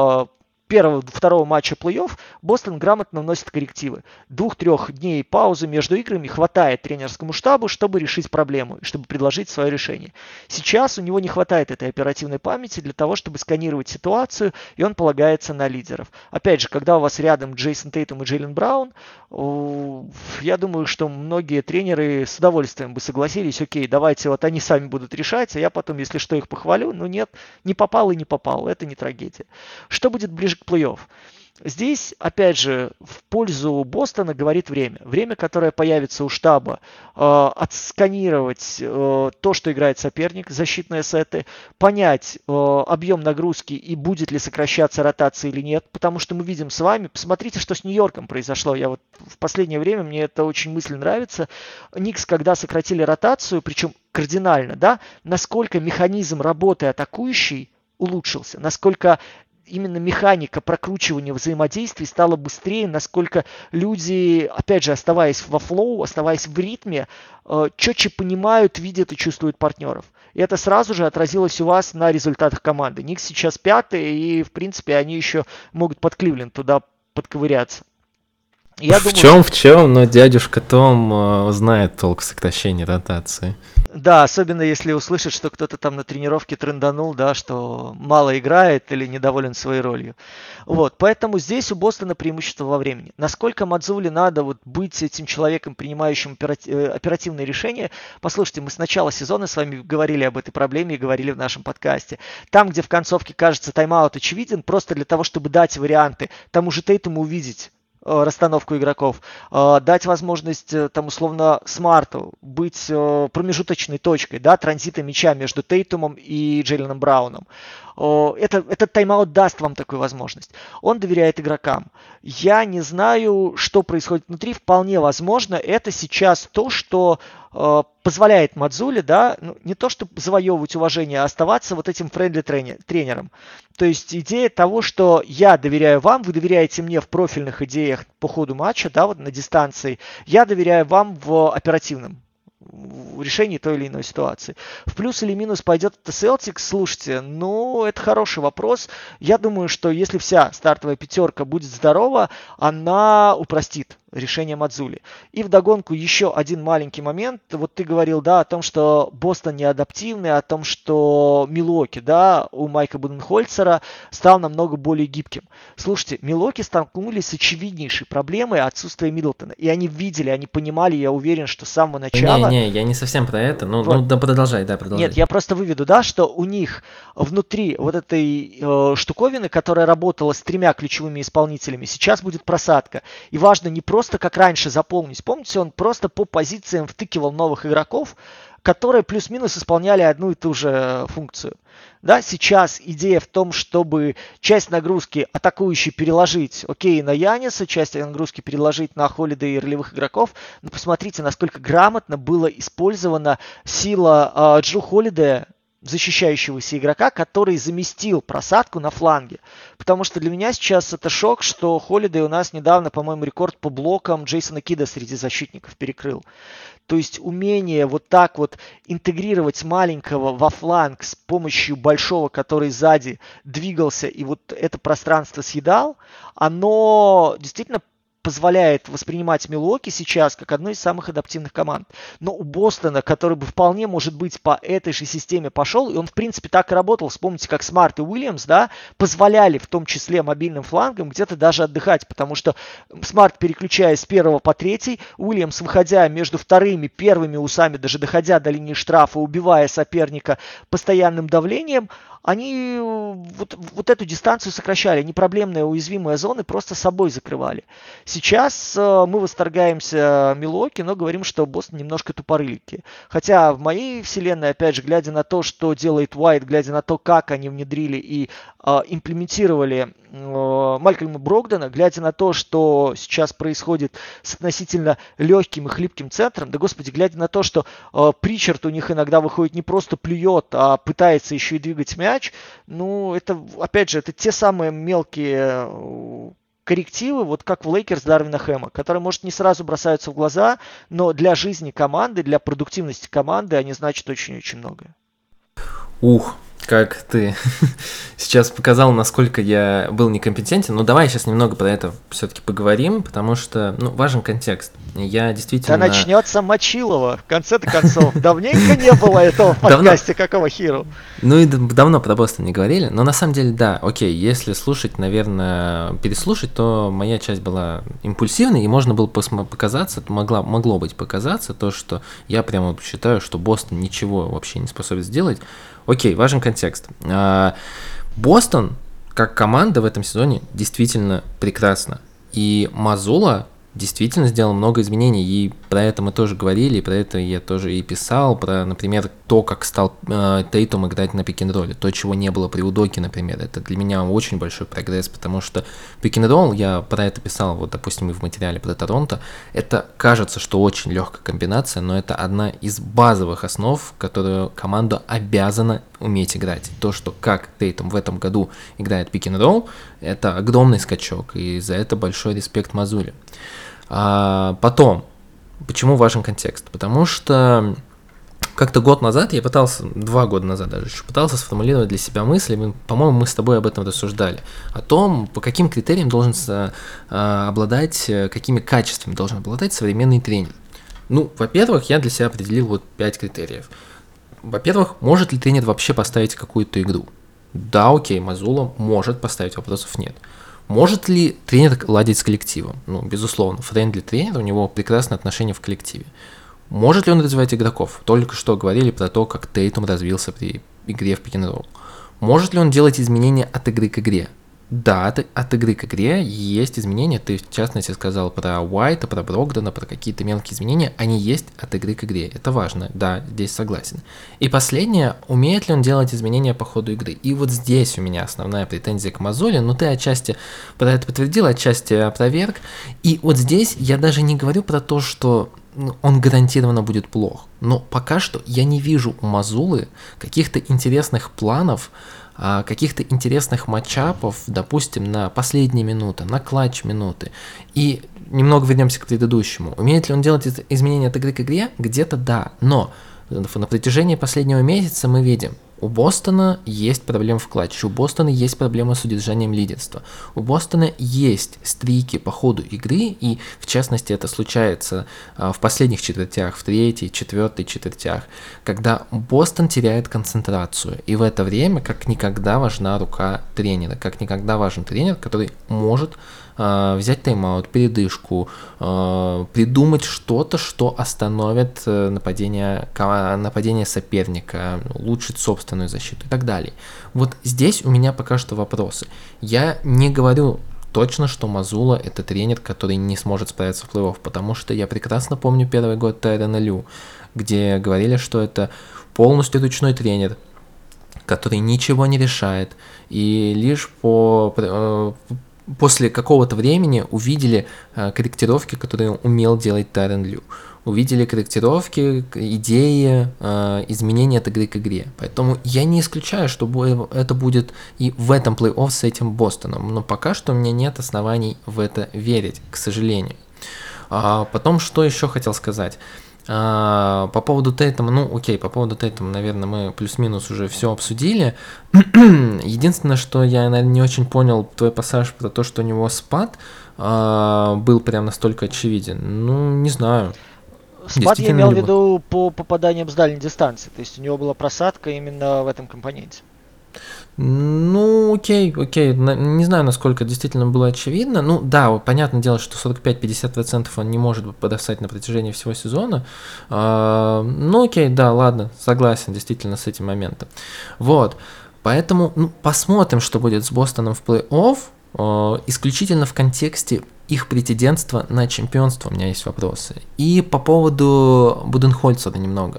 второго матча плей-офф Бостон грамотно вносит коррективы. 2-3 дней паузы между играми хватает тренерскому штабу, чтобы решить проблему, чтобы предложить свое решение. Сейчас у него не хватает этой оперативной памяти для того, чтобы сканировать ситуацию, и он полагается на лидеров. Опять же, когда у вас рядом Джейсон Тейтум и Джейлен Браун, я думаю, что многие тренеры с удовольствием бы согласились, окей, давайте вот они сами будут решать, а я потом, если что, их похвалю. Но нет, не попал и не попал, это не трагедия. Что будет ближе к плей-офф? Здесь, опять же, в пользу Бостона говорит время. Время, которое появится у штаба, отсканировать то, что играет соперник, защитные сеты, понять объем нагрузки и будет ли сокращаться ротация или нет, потому что мы видим с вами, посмотрите, что с Нью-Йорком произошло. Я вот в последнее время, мне эта очень мысль нравится. Никс, когда сократили ротацию, причем кардинально, да, насколько механизм работы атакующий улучшился, насколько именно механика прокручивания взаимодействий стала быстрее, насколько люди, опять же, оставаясь во флоу, оставаясь в ритме, четче понимают, видят и чувствуют партнеров. И это сразу же отразилось у вас на результатах команды. Никс сейчас 5-й, и, в принципе, они еще могут под Кливленд туда подковыряться. В чем, но дядюшка Том знает толк в сокращении ротации. Да, особенно если услышит, что кто-то там на тренировке тренданул, да, что мало играет или недоволен своей ролью. Вот, поэтому здесь у Бостона преимущество во времени. Насколько Мадзуле надо вот быть этим человеком, принимающим оперативные решения? Послушайте, мы с начала сезона с вами говорили об этой проблеме и говорили в нашем подкасте. Там, где в концовке кажется тайм-аут очевиден, просто для того, чтобы дать варианты тому же Тейтуму увидеть расстановку игроков, дать возможность там условно Смарту быть промежуточной точкой, да, транзита мяча между Тейтумом и Джейленом Брауном. этот тайм-аут даст вам такую возможность. Он доверяет игрокам. Я не знаю, что происходит внутри. Вполне возможно, это сейчас то, что позволяет Мадзуле, да, ну, не то чтобы завоевывать уважение, а оставаться вот этим френдли тренером. То есть идея того, что я доверяю вам, вы доверяете мне в профильных идеях по ходу матча, да, вот на дистанции, я доверяю вам в оперативном решении той или иной ситуации. В плюс или минус пойдет это Celtics, слушайте, ну, это хороший вопрос. Я думаю, что если вся стартовая пятерка будет здорова, она упростит решение Мадзули. И вдогонку еще один маленький момент. Вот ты говорил, да, о том, что Бостон неадаптивный, о том, что Милуоки, да, у Майка Буденхольцера стал намного более гибким. Слушайте, Милуоки столкнулись с очевиднейшей проблемой отсутствия Миддлтона. И они видели, они понимали, я уверен, что с самого начала... Не, я не совсем про это. Ну, вот. Ну да, продолжай. Нет, я просто выведу, да, что у них внутри вот этой штуковины, которая работала с 3 ключевыми исполнителями, сейчас будет просадка. И важно не просто как раньше заполнить. Помните, он просто по позициям втыкивал новых игроков, которые плюс-минус исполняли одну и ту же функцию. Да, сейчас идея в том, чтобы часть нагрузки атакующей переложить, на Яниса, часть нагрузки переложить на Холидей и ролевых игроков. Но посмотрите, насколько грамотно была использована сила Джру Холидея, защищающегося игрока, который заместил просадку на фланге. Потому что для меня сейчас это шок, что Холидей у нас недавно, по-моему, рекорд по блокам Джейсона Кида среди защитников перекрыл. То есть умение вот так вот интегрировать маленького во фланг с помощью большого, который сзади двигался и вот это пространство съедал, оно действительно позволяет воспринимать Милуоки сейчас как одну из самых адаптивных команд. Но у Бостона, который бы вполне, может быть, по этой же системе пошел, и он, в принципе, так и работал, вспомните, как Смарт и Уильямс, да, позволяли в том числе мобильным флангам где-то даже отдыхать, потому что Смарт, переключаясь с 1 по 3, Уильямс, выходя между вторыми, первыми усами, даже доходя до линии штрафа, убивая соперника постоянным давлением, они вот эту дистанцию сокращали, они проблемные уязвимые зоны просто собой закрывали. Сейчас мы восторгаемся Милуоки, но говорим, что Бостон немножко тупорылики. Хотя в моей вселенной, опять же, глядя на то, что делает Уайт, глядя на то, как они внедрили и имплементировали Малькольма Брогдона, глядя на то, что сейчас происходит с относительно легким и хлипким центром, да господи, глядя на то, что Причард у них иногда выходит не просто плюет, а пытается еще и двигать мяч, ну, это, опять же, это те самые мелкие коррективы, вот как в Лейкерс Дарвина Хэма, которые, может, не сразу бросаются в глаза, но для жизни команды, для продуктивности команды они значат очень-очень многое. Как ты сейчас показал, насколько я был некомпетентен. Ну, давай сейчас немного про это все-таки поговорим, потому что, важен контекст. Я действительно... Да начнется Мочилова, в конце-то концов. Давненько не было этого в подкасте «Какого Хиру». Ну и давно про Бостон не говорили, но на самом деле, да, окей, если слушать, наверное, переслушать, то моя часть была импульсивной, и можно было показаться, могло быть показаться то, что я прямо считаю, что Бостон ничего вообще не способен сделать. Окей, важен контекст. Бостон, как команда в этом сезоне, действительно прекрасна. И Мазула действительно сделал много изменений, и про это мы тоже говорили, и про это я тоже и писал, про, например, то, как стал Тейтум играть на пик-н-ролле, то, чего не было при Удоке, например, это для меня очень большой прогресс, потому что пик-н-ролл, я про это писал, вот, допустим, и в материале про Торонто, это кажется, что очень легкая комбинация, но это одна из базовых основ, которую команда обязана уметь играть. То, что как Тейтум в этом году играет пик-н-ролл, это огромный скачок, и за это большой респект Мазуле. Потом, почему важен контекст? Потому что как-то год назад я пытался, 2 года назад даже еще, пытался сформулировать для себя мысли, по-моему, мы с тобой об этом рассуждали, о том, по каким критериям должен обладать, какими качествами должен обладать современный тренер. Ну, во-первых, я для себя определил вот 5 критериев. Во-первых, может ли тренер вообще поставить какую-то игру? Да, окей, Мазула может поставить, вопросов нет. Может ли тренер ладить с коллективом? Ну, безусловно, френдли тренер, у него прекрасные отношения в коллективе. Может ли он развивать игроков? Только что говорили про то, как Тейтум развился при игре в пик-н-ролл. Может ли он делать изменения от игры к игре? Да, от игры к игре есть изменения. Ты, в частности, сказал про Уайта, про Брогдона, про какие-то мелкие изменения. Они есть от игры к игре. Это важно. Да, здесь согласен. И последнее, умеет ли он делать изменения по ходу игры? И вот здесь у меня основная претензия к Мазуле. Ну, ты отчасти про это подтвердил, отчасти опроверг. И вот здесь я даже не говорю про то, что он гарантированно будет плох. Но пока что я не вижу у Мазулы каких-то интересных планов, каких-то интересных матчапов, допустим, на последние минуты, на клатч минуты. И немного вернемся к предыдущему. Умеет ли он делать изменения от игры к игре? Где-то да, но на протяжении последнего месяца мы видим, у Бостона есть проблемы в клатче, у Бостона есть проблемы с удержанием лидерства, у Бостона есть стрики по ходу игры, и в частности это случается в последних четвертях, в третьей, четвертой четвертях, когда Бостон теряет концентрацию, и в это время как никогда важна рука тренера, как никогда важен тренер, который может взять тайм-аут, передышку, придумать что-то, что остановит нападение соперника, улучшит собственную защиту и так далее. Вот здесь у меня пока что вопросы. Я не говорю точно, что Мазула это тренер, который не сможет справиться в плей-офф, потому что я прекрасно помню первый год Тайрона Лю, где говорили, что это полностью ручной тренер, который ничего не решает, и лишь после какого-то времени увидели корректировки, которые умел делать Тайрон Лю. Увидели корректировки, идеи, изменения от игры к игре. Поэтому я не исключаю, что это будет и в этом плей-офф с этим Бостоном. Но пока что у меня нет оснований в это верить, к сожалению. Потом, что еще хотел сказать. По поводу Тейтума, по поводу Тейтума, наверное, мы плюс-минус уже все обсудили. Единственное, что я, наверное, не очень понял твой пассаж про то, что у него спад был прям настолько очевиден. Не знаю. Спад я имел в виду по попаданиям с дальней дистанции, то есть у него была просадка именно в этом компоненте. Окей. Не знаю, насколько действительно было очевидно. Да, понятное дело, что 45-50% он не может подостать на протяжении всего сезона. Окей, да, ладно, согласен действительно с этим моментом. Вот, поэтому посмотрим, что будет с Бостоном в плей-офф, исключительно в контексте их претендентства на чемпионство у меня есть вопросы. И по поводу Буденхольцера немного.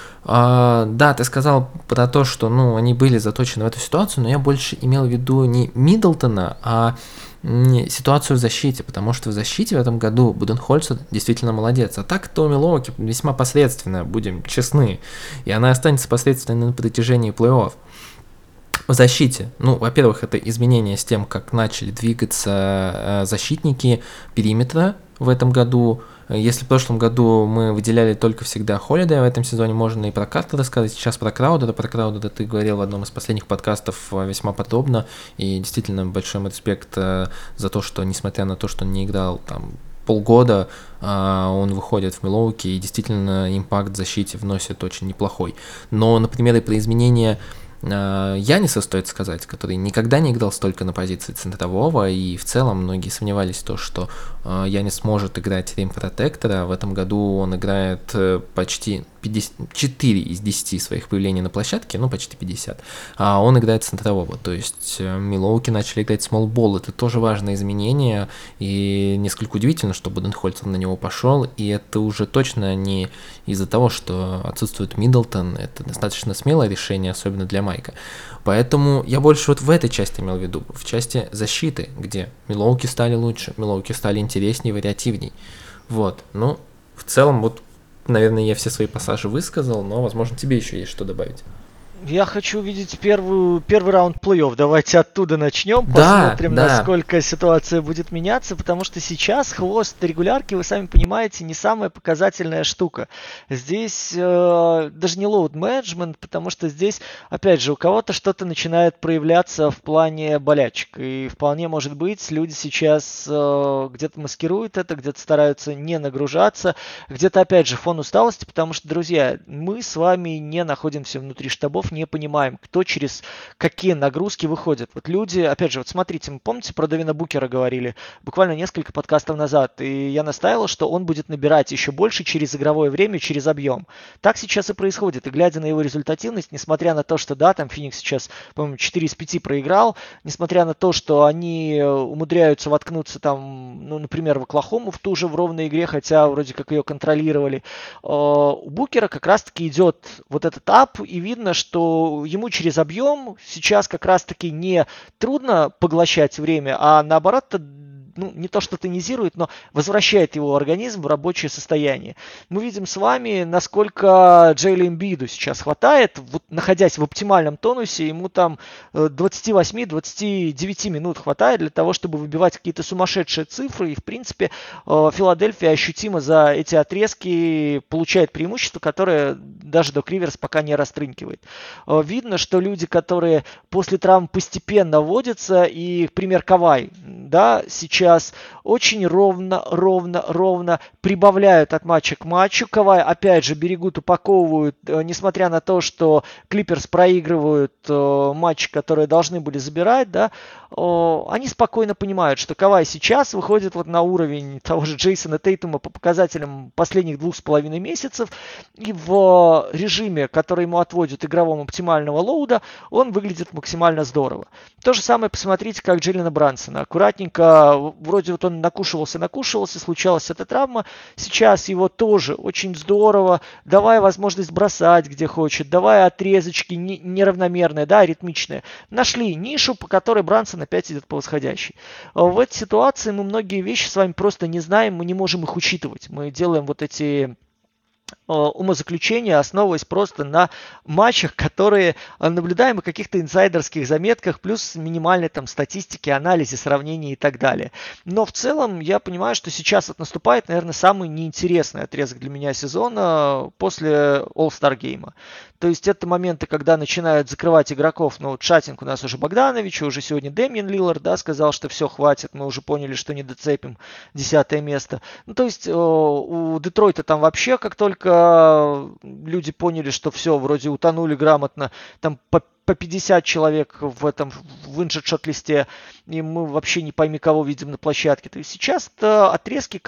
Да, ты сказал про то, что они были заточены в эту ситуацию, но я больше имел в виду не Миддлтона, а ситуацию в защите, потому что в защите в этом году Буденхольцер действительно молодец. А так-то Милуоки весьма посредственная, будем честны, и она останется посредственной на протяжении плей-офф. В защите, во-первых, это изменение с тем, как начали двигаться защитники периметра в этом году. Если в прошлом году мы выделяли только всегда Холидея, в этом сезоне можно и про Картера сказать, сейчас про Краудера. Про Краудера ты говорил в одном из последних подкастов весьма подробно, и действительно большой респект за то, что, несмотря на то, что он не играл там полгода, он выходит в Милуоки, и действительно импакт в защите вносит очень неплохой. Но, например, и про изменения Яниса стоит сказать, который никогда не играл столько на позиции центрового, и в целом многие сомневались в том, что Янис может играть рим-протектора. В этом году он играет почти 4 из 10 своих появлений на площадке, почти 50, а он играет центрового, то есть Милуоки начали играть смолбол, это тоже важное изменение, и несколько удивительно, что Буденхольцер на него пошел, и это уже точно не из-за того, что отсутствует Миддлтон, это достаточно смелое решение, особенно для Майка. Поэтому я больше вот в этой части имел в виду, в части защиты, где Милуоки стали лучше, Милуоки стали интереснее, вариативней. Вот, в целом, наверное, я все свои пассажи высказал, но, возможно, тебе еще есть что добавить. Я хочу увидеть первый раунд плей-офф. Давайте оттуда начнем, посмотрим, насколько ситуация будет меняться, потому что сейчас хвост регулярки, вы сами понимаете, не самая показательная штука. Здесь даже не лоуд-менеджмент, потому что здесь, опять же, у кого-то что-то начинает проявляться в плане болячек. И вполне может быть, люди сейчас где-то маскируют это, где-то стараются не нагружаться, где-то, опять же, фон усталости, потому что, друзья, мы с вами не находимся внутри штабов, не понимаем, кто через какие нагрузки выходит. Вот люди, опять же, вот смотрите, мы помните, про Девина Букера говорили буквально несколько подкастов назад, и я настаивал, что он будет набирать еще больше через игровое время, через объем. Так сейчас и происходит, и глядя на его результативность, несмотря на то, что, да, там Феникс сейчас, по-моему, 4 из 5 проиграл, несмотря на то, что они умудряются воткнуться там, ну, например, в Оклахому в ту же в ровной игре, хотя вроде как ее контролировали, у Букера как раз-таки идет вот этот ап, и видно, что ему через объем сейчас как раз-таки не трудно поглощать время, а наоборот, ну, не то что тонизирует, но возвращает его организм в рабочее состояние. Мы видим с вами, насколько Джейлу Эмбиду сейчас хватает, вот, находясь в оптимальном тонусе, ему там 28-29 минут хватает для того, чтобы выбивать какие-то сумасшедшие цифры, и, в принципе, Филадельфия ощутимо за эти отрезки получает преимущество, которое даже Док Риверс пока не растрынкивает. Видно, что люди, которые после травм постепенно вводятся, и пример Кавай, да, сейчас очень ровно прибавляют от матча к матчу. Кавай, опять же, берегут, упаковывают, несмотря на то, что Клиперс проигрывают матчи, которые должны были забирать, да, они спокойно понимают, что Кавай сейчас выходит вот на уровень того же Джейсона Тейтума по показателям последних 2,5 месяцев, и в режиме, который ему отводят игрового оптимального лоуда, он выглядит максимально здорово. То же самое посмотрите, как Джейлена Брансона. Аккуратненько, вроде вот он накушивался, случалась эта травма, сейчас его тоже очень здорово, давая возможность бросать где хочет, давая отрезочки неравномерные, да, ритмичные. Нашли нишу, по которой Брансон опять идет по восходящей. В этой ситуации мы многие вещи с вами просто не знаем, мы не можем их учитывать. Мы делаем вот эти умозаключения, основываясь просто на матчах, которые наблюдаем, и каких-то инсайдерских заметках, плюс минимальной там статистике, анализе, сравнении и так далее. Но в целом я понимаю, что сейчас вот наступает, наверное, самый неинтересный отрезок для меня сезона после All-Star Game. То есть это моменты, когда начинают закрывать игроков. Ну, вот шатинг у нас уже Богданович, уже сегодня Дэмиен Лиллард, да, сказал, что все, хватит, мы уже поняли, что не доцепим 10 место. Ну, то есть у Детройта там вообще, как только люди поняли, что все, вроде утонули грамотно, там по 50 человек в этом в инжет шот-листе, и мы вообще не пойми, кого видим на площадке. То есть сейчас это отрезки,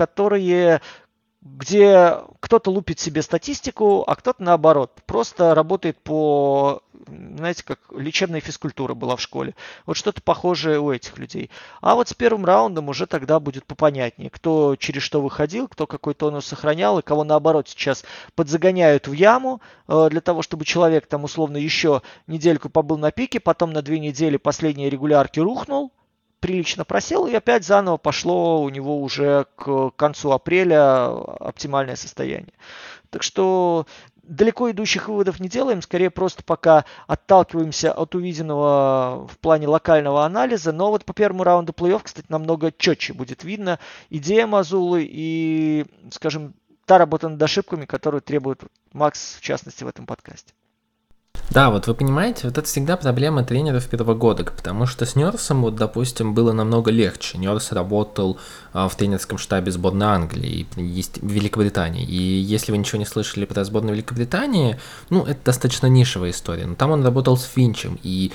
где кто-то лупит себе статистику, а кто-то наоборот просто работает по, знаете, как лечебная физкультура была в школе. Вот что-то похожее у этих людей. А вот с первым раундом уже тогда будет попонятнее, кто через что выходил, кто какой тонус сохранял, и кого наоборот сейчас подзагоняют в яму для того, чтобы человек там условно еще недельку побыл на пике, потом на 2 недели последние регулярки рухнул, прилично просел, и опять заново пошло у него уже к концу апреля оптимальное состояние. Так что далеко идущих выводов не делаем, скорее просто пока отталкиваемся от увиденного в плане локального анализа. Но вот по первому раунду плей-офф, кстати, намного четче будет видно идея Мазулы и, скажем, та работа над ошибками, которую требует Макс, в частности, в этом подкасте. Да, вот вы понимаете, вот это всегда проблема тренеров первогодок, потому что с Нёрсом, вот, допустим, было намного легче. Нёрс работал в тренерском штабе сборной Англии, есть Великобритании, и если вы ничего не слышали про сборную Великобритании, ну, это достаточно нишевая история, но там он работал с Финчем, и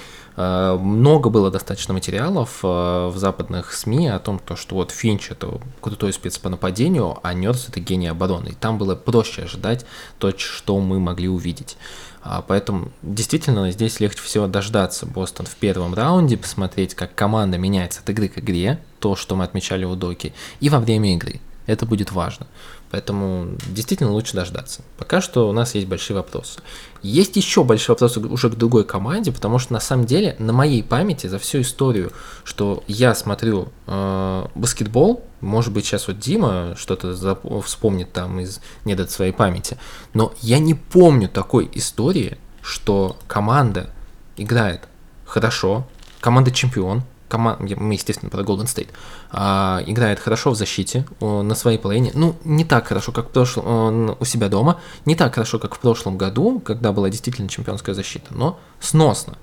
много было достаточно материалов в западных СМИ о том, что вот Финч это крутой спец по нападению, а Нёрс это гений обороны, и там было проще ожидать то, что мы могли увидеть. Поэтому действительно здесь легче всего дождаться Бостон в первом раунде, посмотреть, как команда меняется от игры к игре, то, что мы отмечали у Доки, и во время игры. Это будет важно. Поэтому действительно лучше дождаться. Пока что у нас есть большие вопросы. Есть еще большие вопросы уже к другой команде, потому что на самом деле на моей памяти за всю историю, что я смотрю баскетбол, может быть сейчас вот Дима что-то вспомнит там из недр своей памяти, но я не помню такой истории, что команда играет хорошо, команда чемпион, мы, естественно, про Golden State, играет хорошо в защите на своей половине, ну, не так хорошо, как у себя дома, не так хорошо, как в прошлом году, когда была действительно чемпионская защита, но сносно.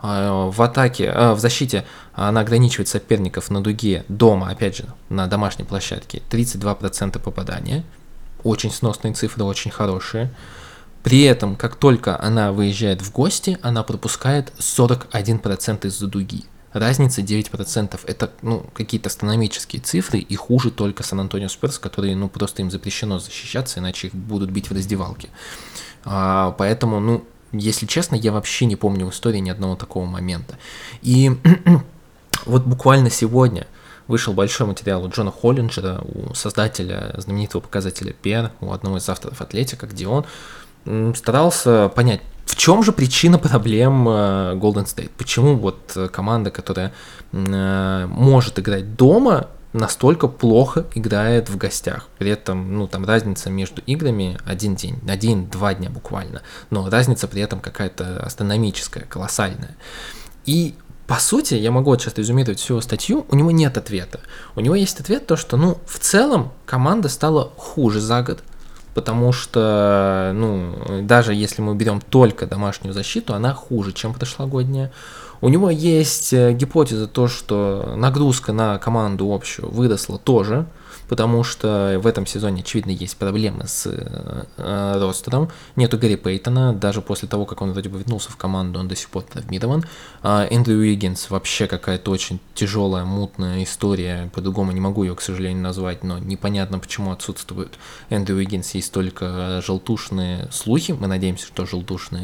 В атаке, в защите она ограничивает соперников на дуге дома, опять же, на домашней площадке, 32% попадания, очень сносные цифры, очень хорошие. При этом, как только она выезжает в гости, она пропускает 41% из-за дуги. Разница 9%. Это, какие-то астрономические цифры, и хуже только Сан-Антонио Спёрс, которые, просто им запрещено защищаться, иначе их будут бить в раздевалке. Поэтому, если честно, я вообще не помню в истории ни одного такого момента. И вот буквально сегодня вышел большой материал у Джона Холлинджера, у создателя знаменитого показателя PR, у одного из авторов Атлетика, где он старался понять, в чем же причина проблем Golden State. Почему вот команда, которая может играть дома, настолько плохо играет в гостях. При этом, там разница между играми один день, 1-2 дня буквально. Но разница при этом какая-то астрономическая, колоссальная. И по сути, я могу сейчас резюмировать всю статью, у него нет ответа. У него есть ответ то, что, в целом команда стала хуже за год, потому что, даже если мы берем только домашнюю защиту, она хуже, чем прошлогодняя. У него есть гипотеза то, что нагрузка на команду общую выросла тоже, потому что в этом сезоне, очевидно, есть проблемы с ростером. Нету Гэри Пейтона, даже после того, как он вроде бы вернулся в команду, он до сих пор травмирован. Эндрю Уиггинс вообще какая-то очень тяжелая, мутная история, по-другому не могу ее, к сожалению, назвать, но непонятно, почему отсутствует Эндрю Уиггинс, есть только желтушные слухи, мы надеемся, что желтушные.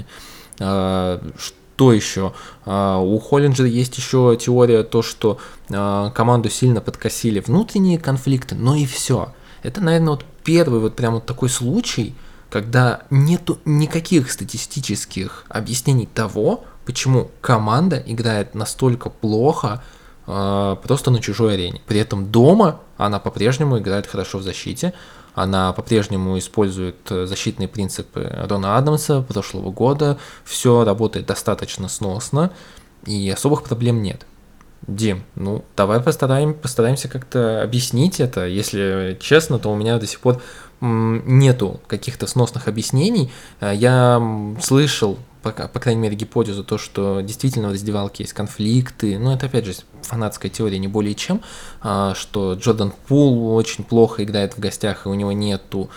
Что еще? У Холлинджера есть еще теория, то, что команду сильно подкосили внутренние конфликты, но и все. Это, наверное, вот первый вот прям вот такой случай, когда нету никаких статистических объяснений того, почему команда играет настолько плохо просто на чужой арене. При этом дома она по-прежнему играет хорошо в защите, она по-прежнему использует защитные принципы Рона Адамса прошлого года, все работает достаточно сносно, и особых проблем нет. Дим, давай постараемся как-то объяснить это. Если честно, то у меня до сих пор нету каких-то сносных объяснений. Я слышал, по крайней мере, гипотезу, то, что действительно в раздевалке есть конфликты. Это, опять же, фанатская теория, не более чем, что Джордан Пул очень плохо играет в гостях, и у него нету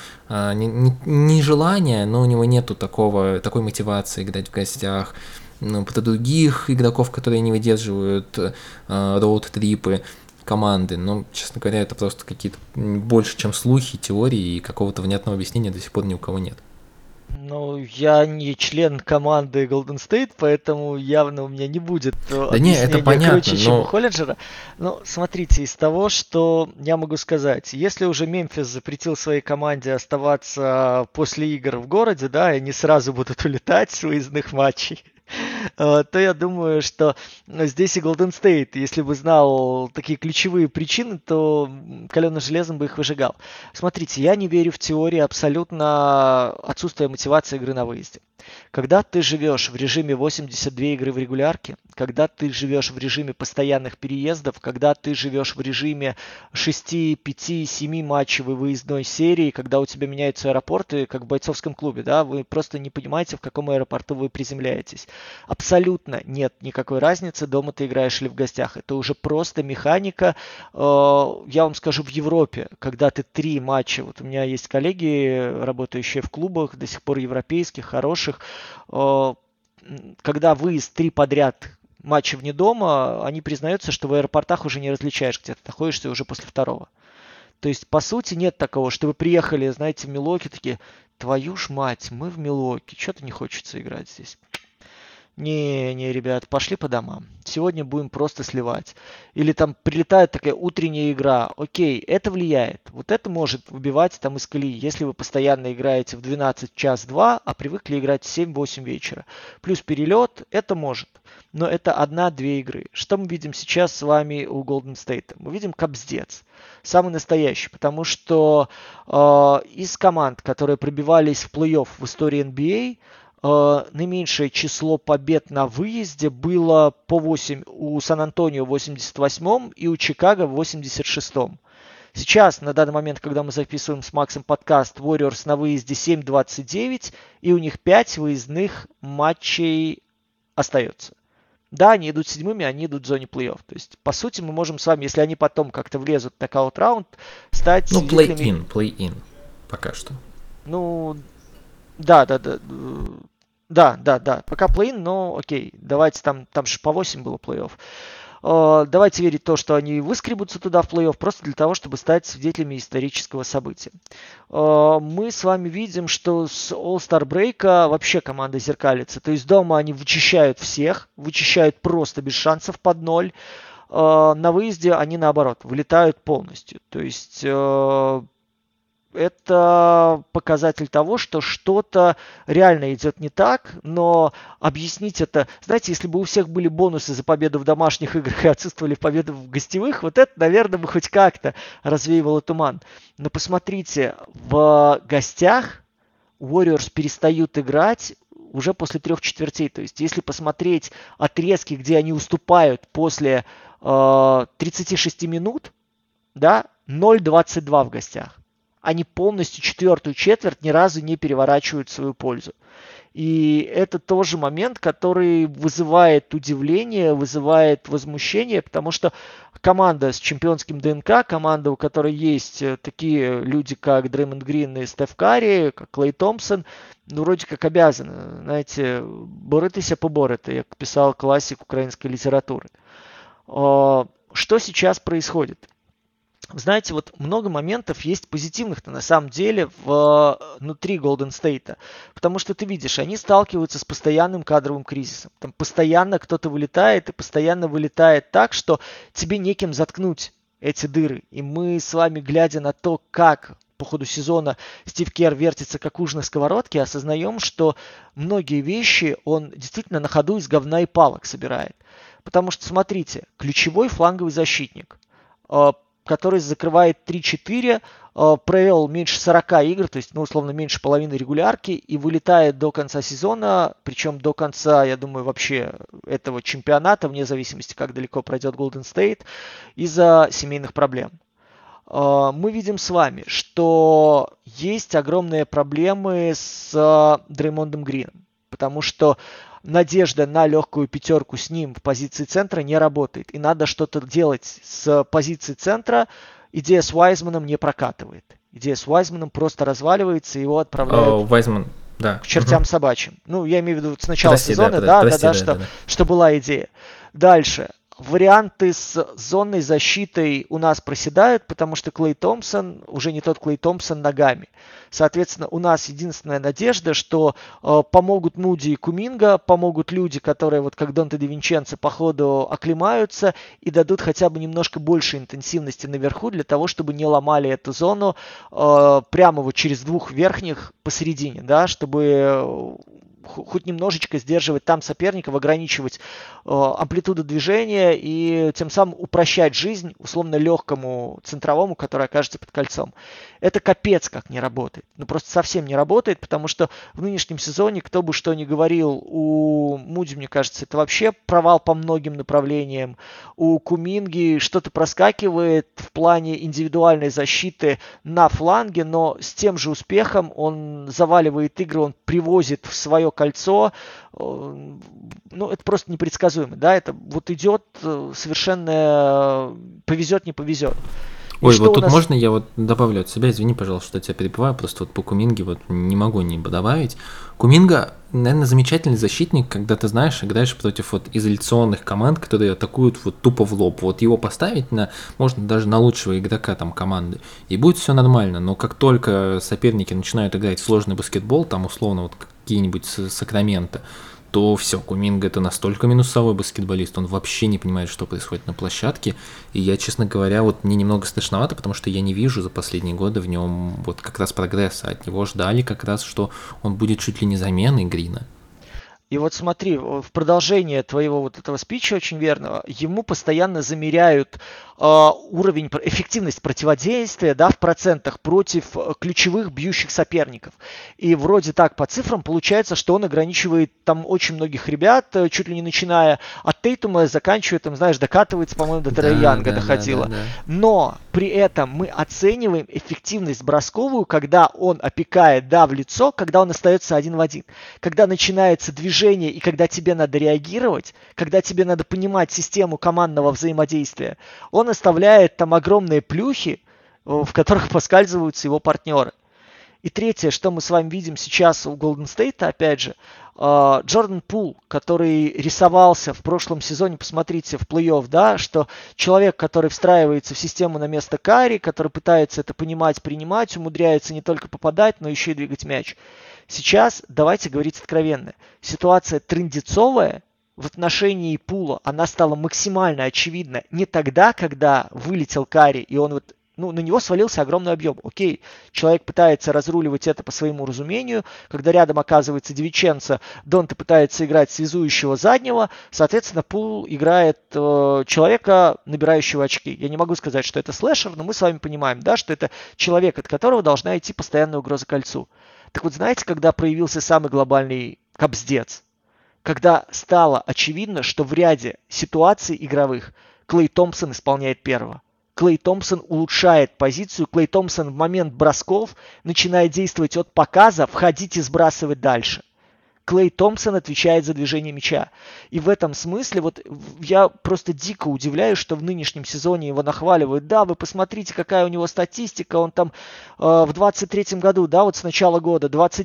не желания, но у него нету такой мотивации играть в гостях. Про других игроков, которые не выдерживают роуд-трипы команды. Честно говоря, это просто какие-то больше, чем слухи, теории, и какого-то внятного объяснения до сих пор ни у кого нет. Я не член команды Golden State, поэтому явно у меня не будет это понятно, круче, чем у Холлинджера. Смотрите, из того, что я могу сказать, если уже Мемфис запретил своей команде оставаться после игр в городе, да, и они сразу будут улетать с выездных матчей, то я думаю, что здесь и Golden State, если бы знал такие ключевые причины, то каленым железом бы их выжигал. Смотрите, я не верю в теории абсолютно отсутствия мотивации игры на выезде. Когда ты живешь в режиме 82 игры в регулярке, когда ты живешь в режиме постоянных переездов, когда ты живешь в режиме 6, 5, 7 матчевой выездной серии, когда у тебя меняются аэропорты, как в бойцовском клубе, да, вы просто не понимаете, в каком аэропорту вы приземляетесь. Абсолютно нет никакой разницы, дома ты играешь или в гостях. Это уже просто механика. Я вам скажу, в Европе, когда ты 3 матча, вот у меня есть коллеги, работающие в клубах, до сих пор европейских, хороших, когда выезд 3 подряд матча вне дома, они признаются, что в аэропортах уже не различаешь, где ты находишься уже после второго. То есть, по сути, нет такого, что вы приехали, знаете, в Милуоки, такие, твою ж мать, мы в Милуоки, что-то не хочется играть здесь. Не, ребят, пошли по домам. Сегодня будем просто сливать. Или там прилетает такая утренняя игра. Окей, это влияет. Вот это может выбивать там из колеи, если вы постоянно играете в 12 час 2, а привыкли играть в 7-8 вечера. Плюс перелет, это может. Но это 1-2 игры. Что мы видим сейчас с вами у Golden State? Мы видим капздец. Самый настоящий. Потому что из команд, которые пробивались в плей-офф в истории NBA, наименьшее число побед на выезде было по 8 у Сан-Антонио в 88-м и у Чикаго в 86-м. Сейчас, на данный момент, когда мы записываем с Максом подкаст, Warriors на выезде 7-29, и у них 5 выездных матчей остается. Да, они идут седьмыми, они идут в зоне плей-офф. То есть, по сути, мы можем с вами, если они потом как-то влезут в нокаут-раунд, стать... play-in, пока что. Да, да, да. Да. Пока плей-ин, но окей. Давайте там же по 8 было плей-офф. Давайте верить в то, что они выскребутся туда в плей-офф просто для того, чтобы стать свидетелями исторического события. Мы с вами видим, что с All-Star Break вообще команда зеркалится. То есть дома они вычищают всех, вычищают просто без шансов под ноль. На выезде они наоборот вылетают полностью. То есть это показатель того, что что-то реально идет не так, но объяснить это... Знаете, если бы у всех были бонусы за победу в домашних играх и отсутствовали победы в гостевых, вот это, наверное, бы хоть как-то развеивало туман. Но посмотрите, в гостях Warriors перестают играть уже после 3 четвертей. То есть, если посмотреть отрезки, где они уступают после 36 минут, да, 0-22 в гостях. Они полностью 4 четверть ни разу не переворачивают в свою пользу. И это тоже момент, который вызывает удивление, вызывает возмущение, потому что команда с чемпионским ДНК, команда, у которой есть такие люди, как Дреймонд Грин и Стеф Карри, как Клей Томпсон, ну, вроде как обязаны, знаете, боротися поборити, як писал классик украинской литературы. Что сейчас происходит? Знаете, вот много моментов есть позитивных-то на самом деле внутри Golden State. Потому что ты видишь, они сталкиваются с постоянным кадровым кризисом. Там постоянно кто-то вылетает, и постоянно вылетает так, что тебе неким заткнуть эти дыры. И мы с вами, глядя на то, как по ходу сезона Стив Керр вертится как уж на сковородке, осознаем, что многие вещи он действительно на ходу из говна и палок собирает. Потому что, смотрите, ключевой фланговый защитник – который закрывает 3-4, провел меньше 40 игр, то есть, ну, условно, меньше половины регулярки, и вылетает до конца сезона, причем до конца, я думаю, вообще этого чемпионата, вне зависимости, как далеко пройдет Golden State, из-за семейных проблем. Мы видим с вами, что есть огромные проблемы с Дреймондом Грином, потому что надежда на легкую пятерку с ним в позиции центра не работает. И надо что-то делать с позиции центра. Идея с Уайзманом не прокатывает. Идея с Уайзманом просто разваливается, и его отправляют Уайзман, да. к чертям собачьим. Ну, я имею в виду с начала сезона, да, что была идея. Дальше. Варианты с зонной защитой у нас проседают, потому что Клей Томпсон уже не тот Клей Томпсон ногами. Соответственно, у нас единственная надежда, что помогут Муди и Куминга, помогут люди, которые вот как Донте Ди Винченцо по ходу оклемаются и дадут хотя бы немножко больше интенсивности наверху для того, чтобы не ломали эту зону прямо вот через двух верхних посередине, да, чтобы хоть немножечко сдерживать там соперников, ограничивать амплитуду движения и тем самым упрощать жизнь условно легкому центровому, который окажется под кольцом. Это капец как не работает. Ну просто совсем не работает, потому что в нынешнем сезоне, кто бы что ни говорил, у Муди, мне кажется, это вообще провал по многим направлениям. У Куминги что-то проскакивает в плане индивидуальной защиты на фланге, но с тем же успехом он заваливает игры, он привозит в свое кольцо. Ну, это просто непредсказуемо, да, это вот идет совершенно повезет, не повезет. Ой, вот тут можно я вот добавлю от себя, извини, пожалуйста, что я тебя перебиваю, просто вот по Куминге вот не могу не добавить. Куминга, наверное, замечательный защитник, когда ты знаешь, играешь против вот изоляционных команд, которые атакуют вот тупо в лоб. Вот его поставить можно даже на лучшего игрока там команды, и будет все нормально. Но как только соперники начинают играть в сложный баскетбол, там условно вот какие-нибудь Сакраменто, то все, Куминга это настолько минусовой баскетболист, он вообще не понимает, что происходит на площадке. И я, честно говоря, вот мне немного страшновато, потому что я не вижу за последние годы в нем вот как раз прогресса. От него ждали как раз, что он будет чуть ли не заменой Грина. И вот смотри, в продолжение твоего вот этого спича очень верного, ему постоянно замеряют уровень, эффективность противодействия, да, в процентах против ключевых бьющих соперников. И вроде так по цифрам получается, что он ограничивает там очень многих ребят, чуть ли не начиная от Тейтума, заканчивая, там, знаешь, докатывается, по-моему, до Трей Янга доходило. Да. Но при этом мы оцениваем эффективность бросковую, когда он опекает, да, в лицо, когда он остается один в один. Когда начинается движение и когда тебе надо реагировать, когда тебе надо понимать систему командного взаимодействия, он оставляет там огромные плюхи, в которых поскальзываются его партнеры. И третье, что мы с вами видим сейчас у Golden State, опять же, Джордан Пул, который рисовался в прошлом сезоне, посмотрите, в плей-офф, да, что человек, который встраивается в систему на место Карри, который пытается это понимать, принимать, умудряется не только попадать, но еще и двигать мяч. Сейчас, давайте говорить откровенно, ситуация трындецовая в отношении Пула, она стала максимально очевидна не тогда, когда вылетел Карри, и он вот на него свалился огромный объем. Окей, человек пытается разруливать это по своему разумению. Когда рядом оказывается Дивиченцо, Донте пытается играть связующего заднего. Соответственно, Пул играет человека, набирающего очки. Я не могу сказать, что это слэшер, но мы с вами понимаем, да, что это человек, от которого должна идти постоянная угроза кольцу. Так вот, знаете, когда проявился самый глобальный капздец? Когда стало очевидно, что в ряде ситуаций игровых Клей Томпсон исполняет первого. Клей Томпсон улучшает позицию. Клей Томпсон в момент бросков начинает действовать от показа, входить и сбрасывать дальше. Клей Томпсон отвечает за движение мяча. И в этом смысле вот я просто дико удивляюсь, что в нынешнем сезоне его нахваливают. Да, вы посмотрите, какая у него статистика. Он там в 23-м году, да, вот с начала года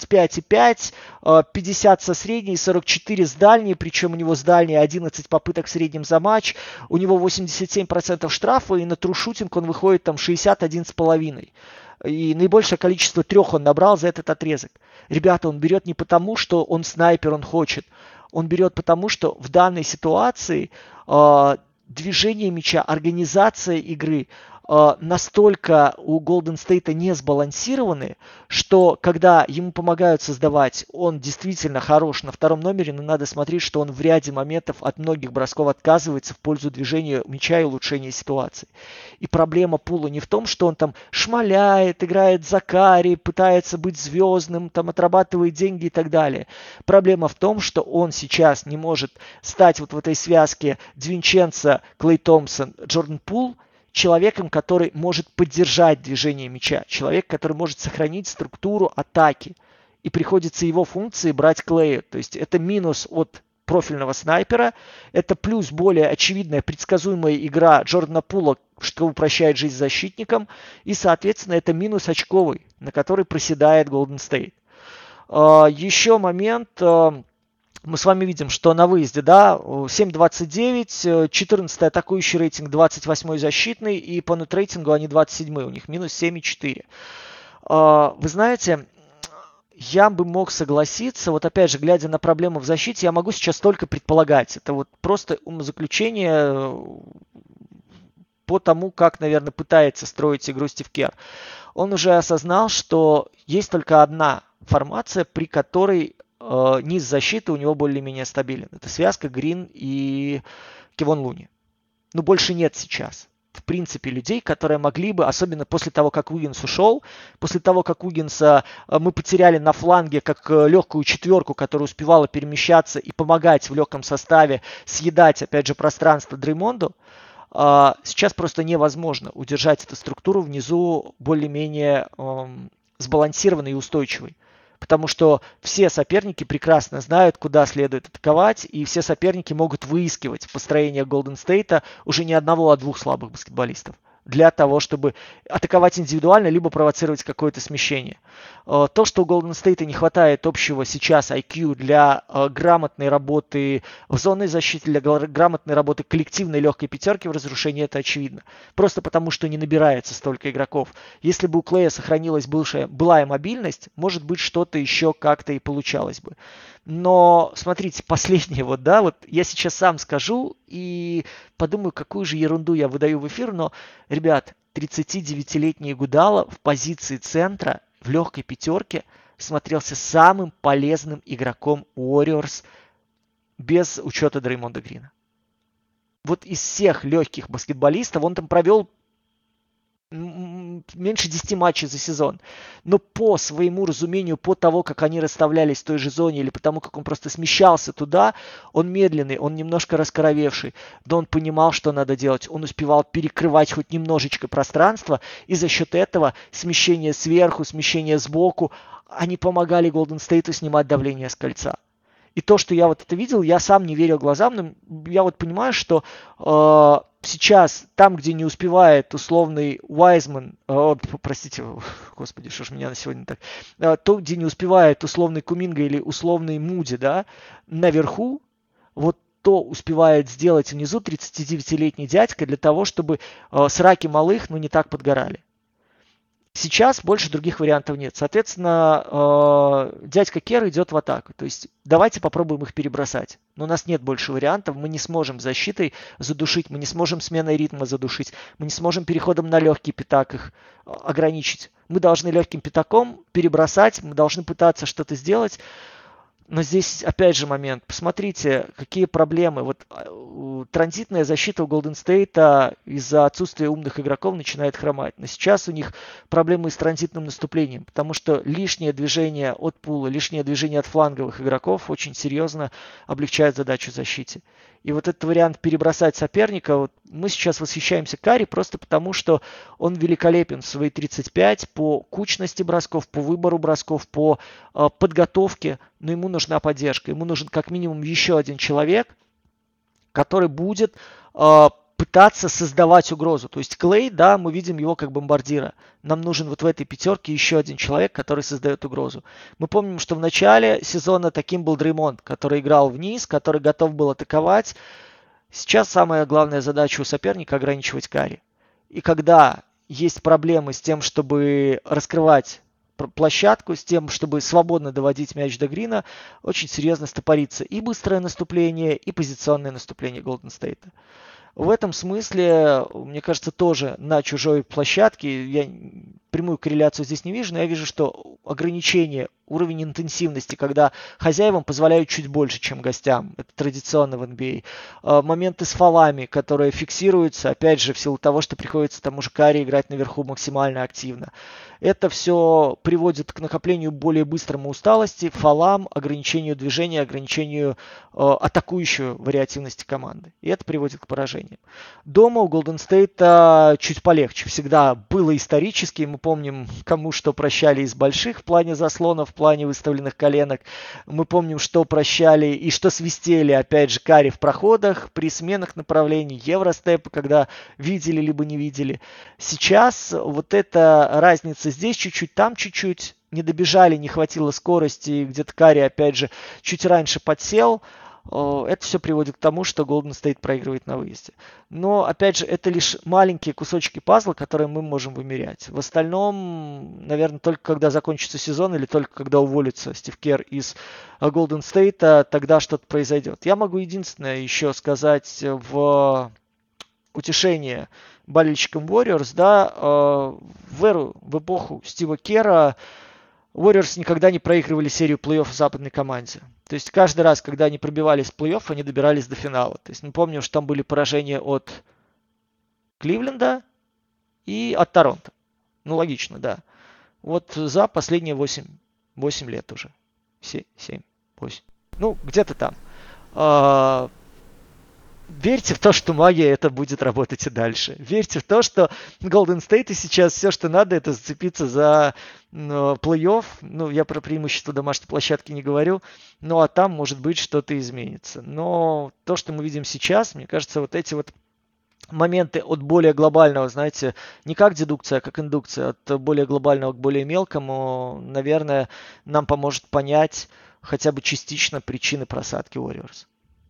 25,5, 50 со средней, 44 с дальней, причем у него с дальней 11 попыток в среднем за матч. У него 87% штрафа, и на трушутинг он выходит там 61,5. И наибольшее количество 3 он набрал за этот отрезок. Ребята, он берет не потому, что он снайпер, он хочет. Он берет потому, что в данной ситуации движение мяча, организация игры настолько у Golden State не сбалансированы, что когда ему помогают создавать, он действительно хорош на втором номере, но надо смотреть, что он в ряде моментов от многих бросков отказывается в пользу движения мяча и улучшения ситуации. И проблема Пула не в том, что он там шмаляет, играет за Карри, пытается быть звездным, там отрабатывает деньги и так далее. Проблема в том, что он сейчас не может стать вот в этой связке Дивинченцо, Клей Томпсон, Джордан Пул человеком, который может поддержать движение мяча, человек, который может сохранить структуру атаки. И приходится его функции брать Клею. То есть это минус от профильного снайпера, это плюс более очевидная, предсказуемая игра Джордана Пула, что упрощает жизнь защитникам, и, соответственно, это минус очковый, на который проседает Golden State. Еще момент... Мы с вами видим, что на выезде, да, 7.29, 14 атакующий рейтинг, 28 защитный, и по нетрейтингу они 27, у них минус 7.4. Вы знаете, я бы мог согласиться, вот опять же, глядя на проблему в защите, я могу сейчас только предполагать. Это вот просто умозаключение по тому, как, наверное, пытается строить игру Стив Кер. Он уже осознал, что есть только одна формация, при которой низ защиты у него более-менее стабилен. Это связка Грин и Кевон Луни. Но больше нет сейчас, в принципе, людей, которые могли бы, особенно после того, как Уиггинс ушел, после того, как Уиггинса мы потеряли на фланге как легкую четверку, которая успевала перемещаться и помогать в легком составе съедать, опять же, пространство Дреймонду, сейчас просто невозможно удержать эту структуру внизу более-менее сбалансированной и устойчивой. Потому что все соперники прекрасно знают, куда следует атаковать, и все соперники могут выискивать в построениях Golden State уже не одного, а двух слабых баскетболистов для того, чтобы атаковать индивидуально, либо провоцировать какое-то смещение. То, что у Golden State не хватает общего сейчас IQ для грамотной работы в зонной защите, для грамотной работы коллективной легкой пятерки в разрушении, это очевидно. Просто потому, что не набирается столько игроков. Если бы у Клея сохранилась былая мобильность, может быть, что-то еще как-то и получалось бы. Но, смотрите, последнее вот, да, вот я сейчас сам скажу и подумаю, какую же ерунду я выдаю в эфир, но, ребят, 39-летний Игудала в позиции центра в легкой пятерке смотрелся самым полезным игроком Warriors без учета Дреймонда Грина. Вот из всех легких баскетболистов он там провел меньше 10 матчей за сезон. Но по своему разумению, по тому, как они расставлялись в той же зоне, или потому, как он просто смещался туда, он медленный, он немножко раскоровевший. Но он понимал, что надо делать. Он успевал перекрывать хоть немножечко пространство, и за счет этого смещение сверху, смещение сбоку, они помогали Golden State снимать давление с кольца. И то, что я вот это видел, я сам не верил глазам, но я вот понимаю, что сейчас там, где не успевает условный Уайзман, простите, господи, что ж меня на сегодня так, то, где не успевает условный Куминга или условный Муди, да, наверху, вот то успевает сделать внизу 39-летний дядька для того, чтобы сраки малых, не так подгорали. Сейчас больше других вариантов нет. Соответственно, дядька Кер идет в атаку. То есть давайте попробуем их перебросать. Но у нас нет больше вариантов. Мы не сможем защитой задушить, мы не сможем сменой ритма задушить, мы не сможем переходом на легкий пятак их ограничить. Мы должны легким пятаком перебросать, мы должны пытаться что-то сделать. Но здесь опять же момент. Посмотрите, какие проблемы. Вот транзитная защита у Golden State из-за отсутствия умных игроков начинает хромать. Но сейчас у них проблемы с транзитным наступлением, потому что лишнее движение от пула, лишнее движение от фланговых игроков очень серьезно облегчает задачу защите. И вот этот вариант перебросать соперника, вот мы сейчас восхищаемся Карри просто потому, что он великолепен в свои 35 по кучности бросков, по выбору бросков, по подготовке, но ему нужна поддержка. Ему нужен как минимум еще один человек, который будет пытаться создавать угрозу. То есть Клей, да, мы видим его как бомбардира. Нам нужен вот в этой пятерке еще один человек, который создает угрозу. Мы помним, что в начале сезона таким был Дреймонд, который играл вниз, который готов был атаковать. Сейчас самая главная задача у соперника — ограничивать Карри. И когда есть проблемы с тем, чтобы раскрывать площадку, с тем, чтобы свободно доводить мяч до грина, очень серьезно стопорится и быстрое наступление, и позиционное наступление Golden State. В этом смысле, мне кажется, тоже на чужой площадке, я прямую корреляцию здесь не вижу, но я вижу, что ограничение, уровень интенсивности, когда хозяевам позволяют чуть больше, чем гостям, это традиционно в NBA. Моменты с фолами, которые фиксируются, опять же, в силу того, что приходится тому же Карри играть наверху максимально активно. Это все приводит к накоплению более быстрому усталости, фолам, ограничению движения, ограничению атакующей вариативности команды. И это приводит к поражениям. Дома у Golden State чуть полегче. Всегда было исторически. Мы помним, кому что прощали из больших в плане заслонов, в плане выставленных коленок. Мы помним, что прощали и что свистели, опять же, Карри в проходах, при сменах направлений, евростепы, когда видели либо не видели. Сейчас вот эта разница здесь чуть-чуть, там чуть-чуть. Не добежали, не хватило скорости, где-то Карри, опять же, чуть раньше подсел. Это все приводит к тому, что Golden State проигрывает на выезде. Но, опять же, это лишь маленькие кусочки пазла, которые мы можем вымерять. В остальном, наверное, только когда закончится сезон или только когда уволится Стив Кер из Golden State, тогда что-то произойдет. Я могу единственное еще сказать в утешение болельщикам Warriors, да, в эпоху Стива Кера Warriors никогда не проигрывали серию плей-офф в западной команде. То есть каждый раз, когда они пробивались в плей-офф, они добирались до финала. То есть мы помним, что там были поражения от Кливленда и от Торонто. Ну, логично, да. Вот за последние 8 лет уже. 7, 8. Ну, где-то там. Верьте в то, что магия это будет работать и дальше. Верьте в то, что Golden State сейчас все, что надо, это зацепиться за плей-офф. Ну, я про преимущество домашней площадки не говорю. Ну, а там, может быть, что-то изменится. Но то, что мы видим сейчас, мне кажется, вот эти вот моменты от более глобального, знаете, не как дедукция, а как индукция, от более глобального к более мелкому, наверное, нам поможет понять хотя бы частично причины просадки Warriors.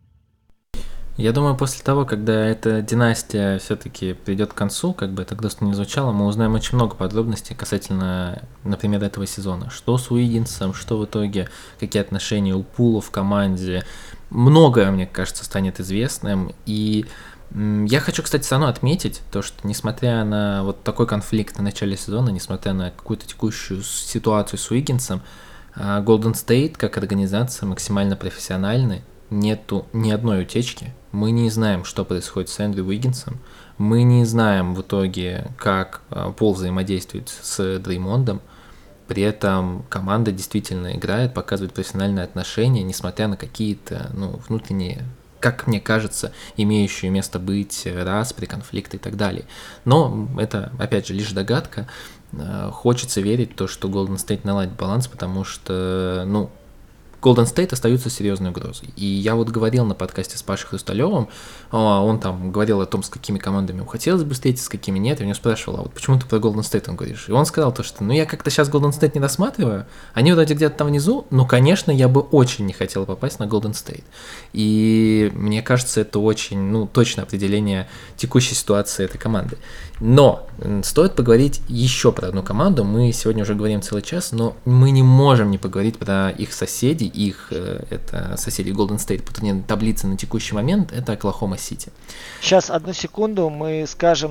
Я думаю, после того, когда эта династия все-таки придет к концу, как бы это грустно не звучало, мы узнаем очень много подробностей касательно, например, этого сезона. Что с Уиггинсом, что в итоге, какие отношения у Пула в команде. Многое, мне кажется, станет известным. И я хочу, кстати, все равно отметить то, что несмотря на вот такой конфликт на начале сезона, несмотря на какую-то текущую ситуацию с Уиггинсом, Golden State как организация максимально профессиональны. Нету ни одной утечки. Мы не знаем, что происходит с Эндрю Уиггинсом. Мы не знаем в итоге, как Пол взаимодействует с Дреймондом. При этом команда действительно играет, показывает профессиональные отношения, несмотря на какие-то внутренние, как мне кажется, имеющие место быть распри, конфликты и так далее. Но это, опять же, лишь догадка. Хочется верить в то, что Golden State наладит баланс, потому что, Golden State остаются серьезной угрозой. И я вот говорил на подкасте с Пашей Хрусталевым, он там говорил о том, с какими командами ему хотелось бы встретиться, с какими нет. Я у него спрашивал, а вот почему ты про Golden State говоришь? И он сказал то, что я как-то сейчас Golden State не рассматриваю, они вроде где-то там внизу, но, конечно, я бы очень не хотел попасть на Golden State. И мне кажется, это очень, точное определение текущей ситуации этой команды. Но стоит поговорить еще про одну команду. Мы сегодня уже говорим целый час, но мы не можем не поговорить про их соседей. Это соседи Golden State по турнирной таблице на текущий момент. Это Оклахома Сити. Сейчас, одну секунду, мы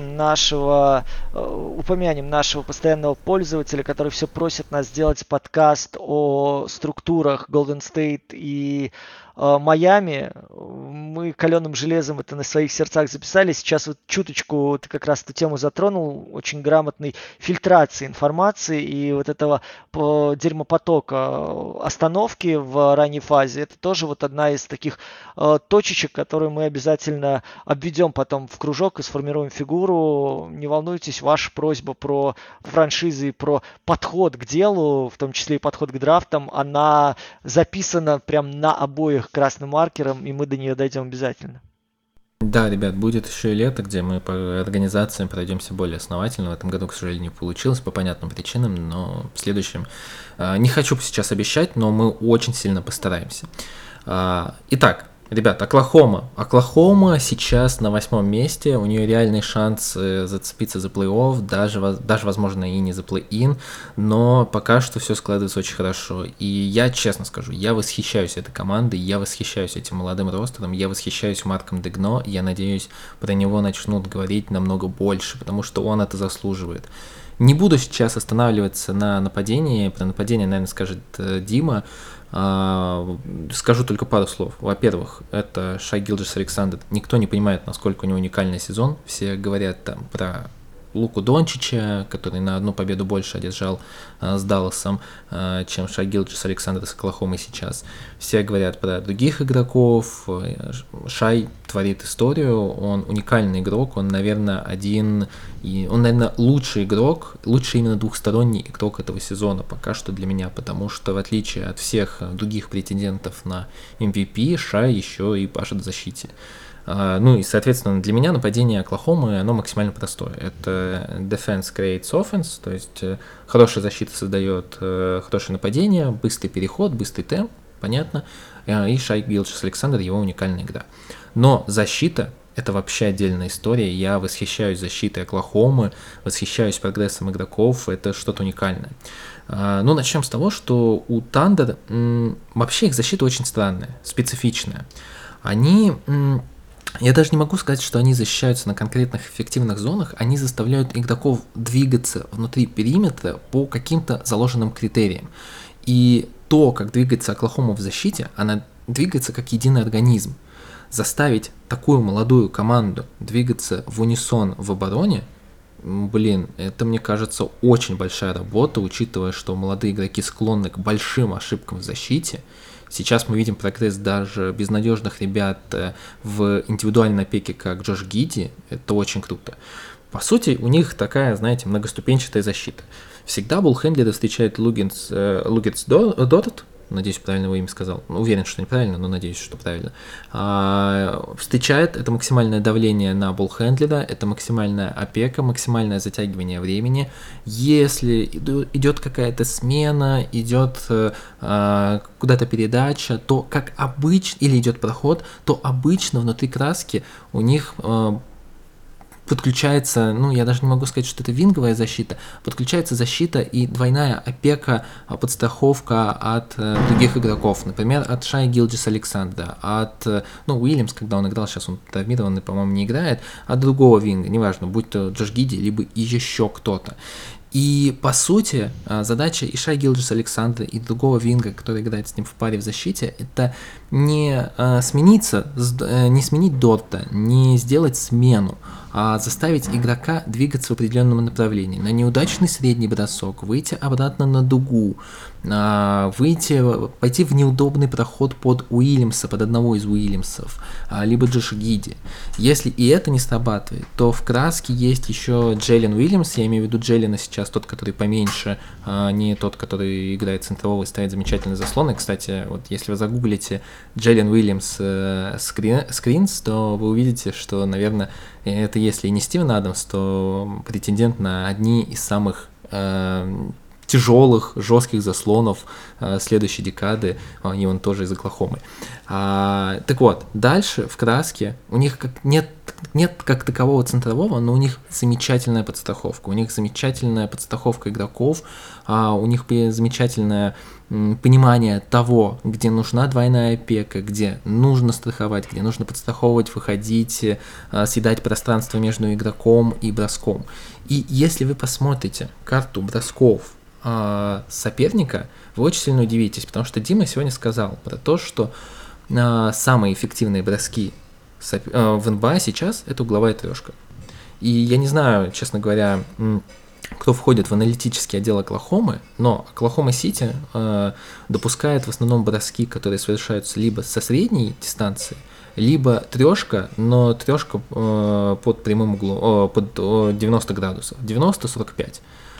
упомянем нашего постоянного пользователя, который все просит нас сделать подкаст о структурах Golden State и Майами. Мы каленым железом это на своих сердцах записали. Сейчас вот чуточку ты как раз эту тему затронул, очень грамотной фильтрации информации и вот этого дерьмопотока остановки в ранней фазе. Это тоже вот одна из таких точечек, которую мы обязательно обведем потом в кружок и сформируем фигуру. Не волнуйтесь, ваша просьба про франшизы и про подход к делу, в том числе и подход к драфтам, она записана прям на обоих красным маркером, и мы до нее дойдем обязательно. Да, ребят, будет еще и лето, где мы по организациям пройдемся более основательно. В этом году, к сожалению, не получилось по понятным причинам, но в следующем не хочу сейчас обещать, но мы очень сильно постараемся. Итак, ребят, Оклахома сейчас на 8 месте, у нее реальный шанс зацепиться за плей-офф, даже возможно, и не за плей-ин, но пока что все складывается очень хорошо. И я честно скажу, я восхищаюсь этой командой, я восхищаюсь этим молодым ростером, я восхищаюсь Марком Дегно, я надеюсь, про него начнут говорить намного больше, потому что он это заслуживает. Не буду сейчас останавливаться на нападении, про нападение, наверное, скажет Дима. Скажу только пару слов. Во-первых, это Шай Гилджес-Александр. Никто не понимает, насколько у него уникальный сезон. Все говорят там про Луку Дончича, который на одну победу больше одержал с Далласом, чем Шай Гилджес-Александр с Оклахомой сейчас. Все говорят про других игроков. Шай творит историю, он уникальный игрок, он, наверное, лучший игрок, лучший именно двухсторонний игрок этого сезона пока что для меня, потому что в отличие от всех других претендентов на MVP, Шай еще и пашет в защите. И, соответственно, для меня нападение Оклахомы, оно максимально простое. Это defense creates offense, то есть хорошая защита создает хорошее нападение, быстрый переход, быстрый темп, понятно, и Шай Гилджес-Александр, его уникальная игра. Но защита — это вообще отдельная история. Я восхищаюсь защитой Оклахомы, восхищаюсь прогрессом игроков, это что-то уникальное. Начнем с того, что у Тандер вообще их защита очень странная, специфичная. Я даже не могу сказать, что они защищаются на конкретных эффективных зонах, они заставляют игроков двигаться внутри периметра по каким-то заложенным критериям. И то, как двигается Оклахома в защите, она двигается как единый организм. Заставить такую молодую команду двигаться в унисон в обороне, это, мне кажется, очень большая работа, учитывая, что молодые игроки склонны к большим ошибкам в защите. Сейчас мы видим прогресс даже безнадежных ребят в индивидуальной опеке, как Джош Гидди. Это очень круто. По сути, у них такая, знаете, многоступенчатая защита. Всегда болл-хендлеры встречают Лугетс Дотт, надеюсь, правильно его имя сказал. Уверен, что неправильно, но надеюсь, что правильно. Встречает это максимальное давление на болл-хендлера, это максимальная опека, максимальное затягивание времени. Если идет какая-то смена, идет куда-то передача, то как обычно, или идет проход, то обычно внутри краски у них подключается, я даже не могу сказать, что это винговая защита, подключается защита и двойная опека, подстраховка от других игроков, например, от Шая Гилджес-Александра, от, Уильямс, когда он играл, сейчас он травмированный, по-моему, не играет, от другого винга, неважно, будь то Джош Гидди, либо еще кто-то. И, по сути, задача и Шая Гилджес-Александра, и другого винга, который играет с ним в паре в защите, это не сменить Дорта, не сделать смену, а заставить игрока двигаться в определенном направлении. На неудачный средний бросок, выйти обратно на дугу, пойти в неудобный проход под Уильямса, под одного из Уильямсов, либо Джоша Гидди. Если и это не срабатывает, то в краске есть еще Джейлен Уильямс, я имею в виду Джейлена сейчас сейчас тот, который поменьше, а не тот, который играет центрового и ставит замечательные заслоны. Кстати, вот если вы загуглите Джейлен Уильямс скринс, то вы увидите, что, наверное, это если и не Стивен Адамс, то претендент на одни из самых тяжелых, жестких заслонов следующей декады, и он тоже из Оклахомы. Так вот, дальше в краске у них нет как такового центрового, но у них замечательная подстраховка, у них замечательная подстраховка игроков, у них замечательное понимание того, где нужна двойная опека, где нужно страховать, где нужно подстраховывать, выходить, съедать пространство между игроком и броском. И если вы посмотрите карту бросков соперника, вы очень сильно удивитесь, потому что Дима сегодня сказал про то, что самые эффективные броски в НБА сейчас это угловая трешка. И я не знаю, честно говоря, кто входит в аналитический отдел Оклахомы, но Оклахома Сити допускает в основном броски, которые совершаются либо со средней дистанции, либо трешка, но трешка под прямым углом, под 90 градусов, 90-45.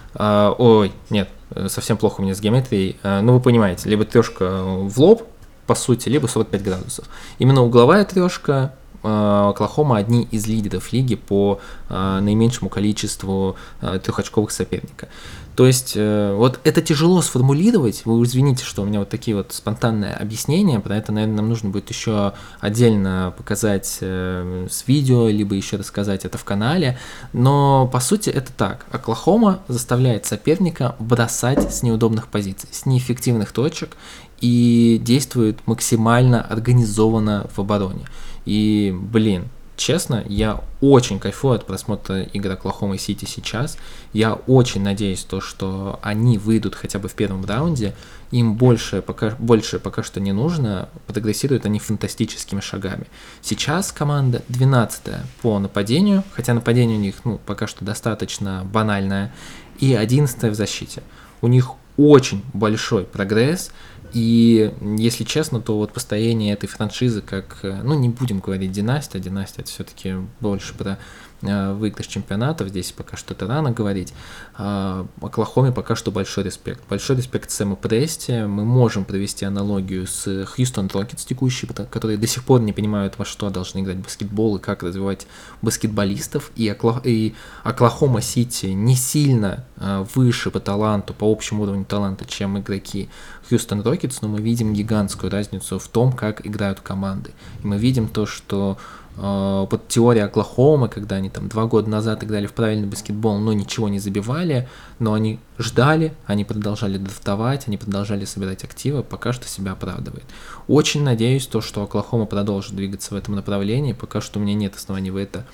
Ой, нет, совсем плохо у меня с геометрией. Ну, вы понимаете, либо трешка в лоб, по сути, либо 45 градусов. Именно угловая трешка. Оклахома одни из лидеров лиги по наименьшему количеству трехочковых соперника. То есть, вот это тяжело сформулировать. Вы извините, что у меня вот такие вот спонтанные объяснения. Про это, наверное, нам нужно будет еще отдельно показать с видео, либо еще рассказать это в канале. Но, по сути, это так. Оклахома заставляет соперника бросать с неудобных позиций, с неэффективных точек и действует максимально организованно в обороне. И, блин, честно, я очень кайфую от просмотра игры Оклахомы Сити сейчас. Я очень надеюсь, что они выйдут хотя бы в первом раунде. Им больше пока что не нужно. Прогрессируют они фантастическими шагами. Сейчас команда 12-я по нападению, хотя нападение у них пока что достаточно банальное, и 11-я в защите. У них очень большой прогресс. И, если честно, то вот построение этой франшизы, как, не будем говорить династия это все-таки больше про выигрыш чемпионатов, здесь пока что это рано говорить. Оклахоме пока что большой респект. Большой респект Сэму Прести. Мы можем провести аналогию с Хьюстон Рокетс текущий, которые до сих пор не понимают, во что должны играть баскетбол и как развивать баскетболистов. И Оклахома Сити не сильно выше по таланту, по общему уровню таланта, чем игроки Хьюстон Рокетс, но мы видим гигантскую разницу в том, как играют команды. И мы видим то, что под теорией Оклахомы, когда они 2 года назад играли в правильный баскетбол, но ничего не забивали, но они ждали, они продолжали драфтовать, они продолжали собирать активы, пока что себя оправдывает. Очень надеюсь, что Оклахома продолжит двигаться в этом направлении, пока что у меня нет оснований в это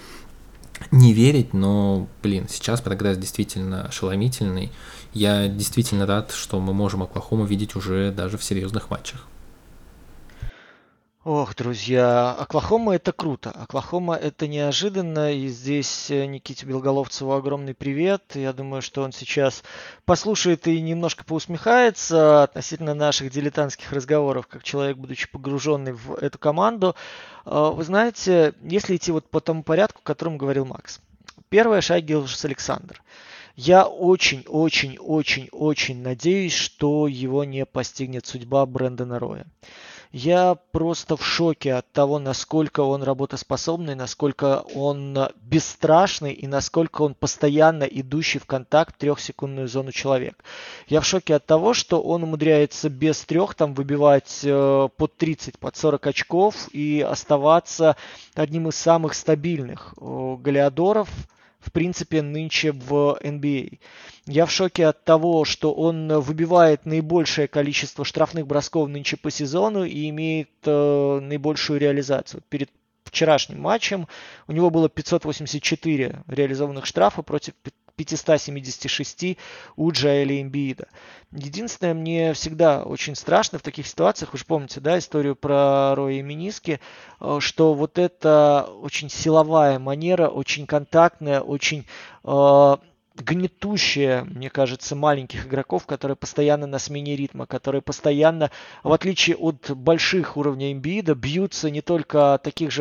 не верить, но, сейчас прогресс действительно ошеломительный. Я действительно рад, что мы можем Оклахому видеть уже даже в серьезных матчах. Ох, друзья, Оклахома это круто, Оклахома это неожиданно, и здесь Никите Белоголовцеву огромный привет. Я думаю, что он сейчас послушает и немножко поусмехается относительно наших дилетантских разговоров, как человек, будучи погруженный в эту команду. Вы знаете, если идти вот по тому порядку, о котором говорил Макс. Первое, Шай Гилgeous-Александр. Я очень надеюсь, что его не постигнет судьба Брэндона Роя. Я просто в шоке от того, насколько он работоспособный, насколько он бесстрашный и насколько он постоянно идущий в контакт в 3-секундную зону человек. Я в шоке от того, что он умудряется без трех выбивать под 30, под 40 очков и оставаться одним из самых стабильных голеадоров, в принципе, нынче в NBA. Я в шоке от того, что он выбивает наибольшее количество штрафных бросков нынче по сезону и имеет наибольшую реализацию. Перед вчерашним матчем у него было 584 реализованных штрафа против 576 у Джоэля Эмбиида. Единственное, мне всегда очень страшно в таких ситуациях, вы же помните, да, историю про Роя и Миниски, что вот эта очень силовая манера, очень контактная, очень гнетущая, мне кажется, маленьких игроков, которые постоянно на смене ритма, которые постоянно, в отличие от больших уровней Эмбиида, бьются не только о таких же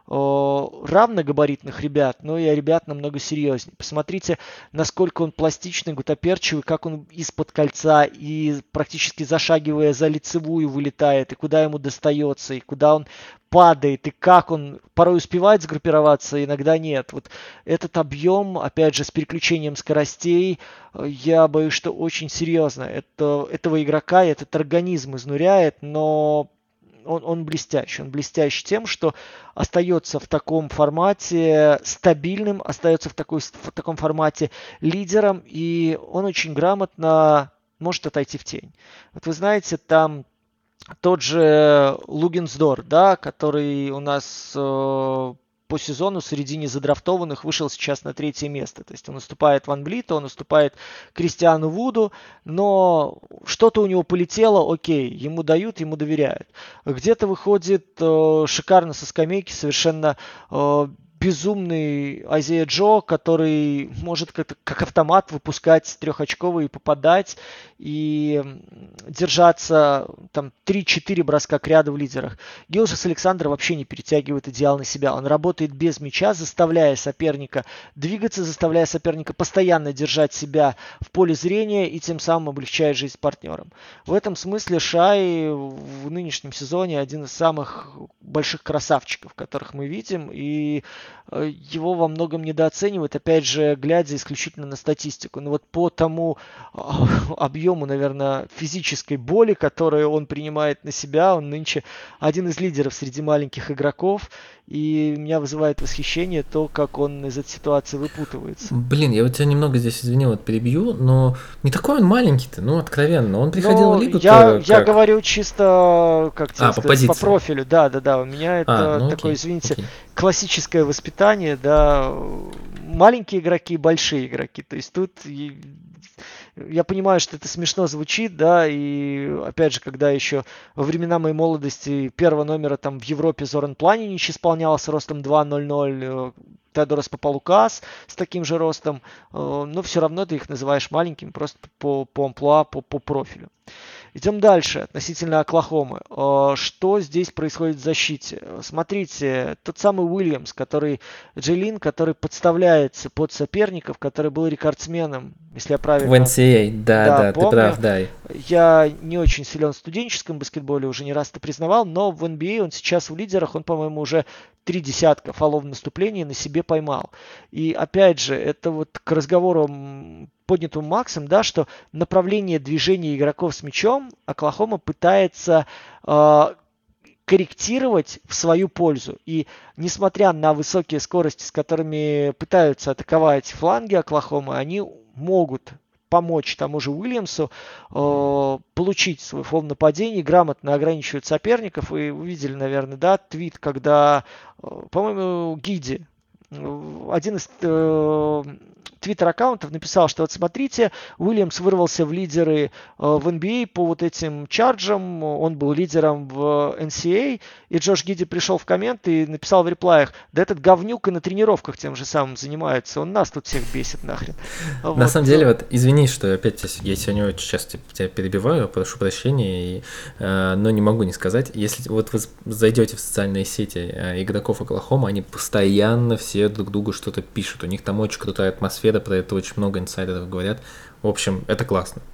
равногабаритных ребят, но и ребят намного серьезнее. Посмотрите, насколько он пластичный, гутоперчивый, как он из-под кольца и практически зашагивая за лицевую вылетает, и куда ему достается, и куда он падает, и как он порой успевает сгруппироваться, иногда нет. Вот этот объем, опять же, с переключением скоростей, я боюсь, что очень серьезно. Этого игрока этот организм изнуряет, но он блестящий. Он блестящий тем, что остается в таком формате стабильным, остается в таком формате лидером, и он очень грамотно может отойти в тень. Вот вы знаете, там тот же Лугенсдор, да, который у нас по сезону среди незадрафтованных вышел сейчас на третье место. То есть он уступает Ван Блиту, он уступает Кристиану Вуду, но что-то у него полетело, окей, ему дают, ему доверяют. Где-то выходит шикарно со скамейки совершенно безумный Айзея Джо, который может как автомат выпускать трехочковые и попадать, и держаться там 3-4 броска к ряду в лидерах. Гилжес Александр вообще не перетягивает идеал на себя. Он работает без мяча, заставляя соперника двигаться, заставляя соперника постоянно держать себя в поле зрения и тем самым облегчает жизнь партнерам. В этом смысле Шай в нынешнем сезоне один из самых больших красавчиков, которых мы видим, и его во многом недооценивают, опять же, глядя исключительно на статистику. Но вот по тому объему, наверное, физической боли, которую он принимает на себя, он нынче один из лидеров среди маленьких игроков, и меня вызывает восхищение то, как он из этой ситуации выпутывается. Блин, я вот тебя немного здесь, извини, вот перебью, но не такой он маленький-то, ну, откровенно. Он приходил в лигу-то я говорю чисто, как тебе сказать, по позиции. профилю. Да. У меня это такое, извините, классическое воспитание, да. Маленькие игроки, большие игроки. То есть тут я понимаю, что это смешно звучит, да, и опять же, когда еще во времена моей молодости первого номера там в Европе Зоран Планинич исполнял с ростом 2.00, Теодорос Папалукас с таким же ростом, но все равно ты их называешь маленькими просто по амплуа, по профилю. Идем дальше, относительно Оклахомы. Что здесь происходит в защите? Смотрите, тот самый Уильямс, Джейлин, который подставляется под соперников, который был рекордсменом, если я правильно... В NCAA, да, помню. Ты прав, да. Я не очень силен в студенческом баскетболе, уже не раз это признавал, но в NBA он сейчас в лидерах, он, по-моему, уже 3 десятка фолов в наступлении на себе поймал. И опять же, это вот к разговору поднятому Максом, да, что направление движения игроков с мячом Оклахома пытается корректировать в свою пользу. И несмотря на высокие скорости, с которыми пытаются атаковать фланги Оклахомы, они могут помочь тому же Уильямсу получить свой фол нападений, грамотно ограничивать соперников. И вы видели, наверное, да, твит, когда, по-моему, Гиди, один из твиттер-аккаунтов написал, что вот смотрите, Уильямс вырвался в лидеры в NBA по вот этим чарджам, он был лидером в NCAA, и Джош Гиди пришел в коммент и написал в реплаях, да этот говнюк и на тренировках тем же самым занимается, он нас тут всех бесит нахрен. На самом деле, вот извини, что опять я сегодня очень часто тебя перебиваю, прошу прощения, но не могу не сказать, если вот вы зайдете в социальные сети игроков Оклахома, они постоянно все друг другу что-то пишут, у них там очень крутая атмосфера, про это очень много инсайдеров говорят. В общем, это классно.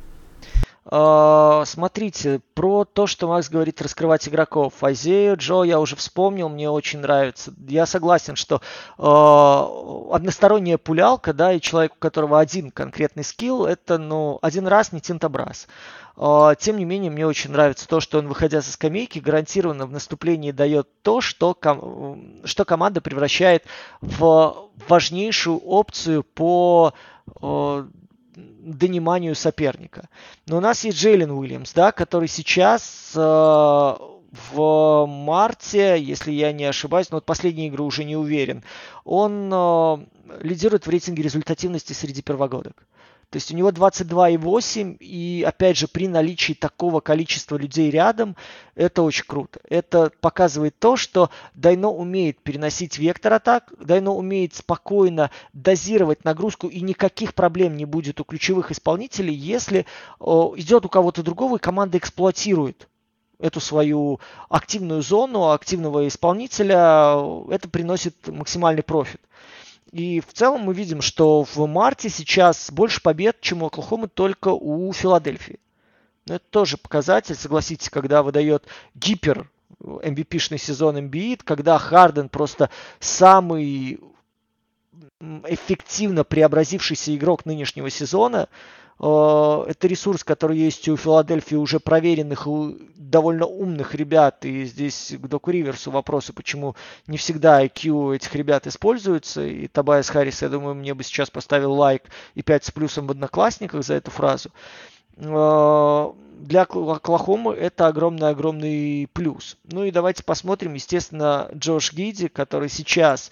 Смотрите, про то, что Макс говорит, раскрывать игроков. Айзею Джо я уже вспомнил, мне очень нравится. Я согласен, что односторонняя пулялка, да, и человек, у которого один конкретный скилл, это, один раз не тинтобраз. Тем не менее, мне очень нравится то, что он, выходя со скамейки, гарантированно в наступлении дает то, что команда превращает в важнейшую опцию по дониманию соперника. Но у нас есть Джейлен Уильямс, да, который сейчас в марте, если я не ошибаюсь, но вот последние игры уже не уверен, он лидирует в рейтинге результативности среди первогодок. То есть у него 22,8, и опять же при наличии такого количества людей рядом, это очень круто. Это показывает то, что Дайно умеет переносить вектор атак, Дайно умеет спокойно дозировать нагрузку, и никаких проблем не будет у ключевых исполнителей, если идет у кого-то другого, и команда эксплуатирует эту свою активную зону, активного исполнителя, это приносит максимальный профит. И в целом мы видим, что в марте сейчас больше побед, чем у Оклахомы, только у Филадельфии. Но это тоже показатель, согласитесь, когда выдает гипер MVP-шный сезон Эмбиид, когда Харден просто самый эффективно преобразившийся игрок нынешнего сезона. Это ресурс, который есть у Филадельфии уже проверенных, у довольно умных ребят. И здесь к Доку Риверсу вопросы, почему не всегда IQ этих ребят используется. И Тобайас Харрис, я думаю, мне бы сейчас поставил лайк и 5 с плюсом в Одноклассниках за эту фразу. Для Оклахомы это огромный-огромный плюс. Ну и давайте посмотрим, естественно, Джош Гидди, который сейчас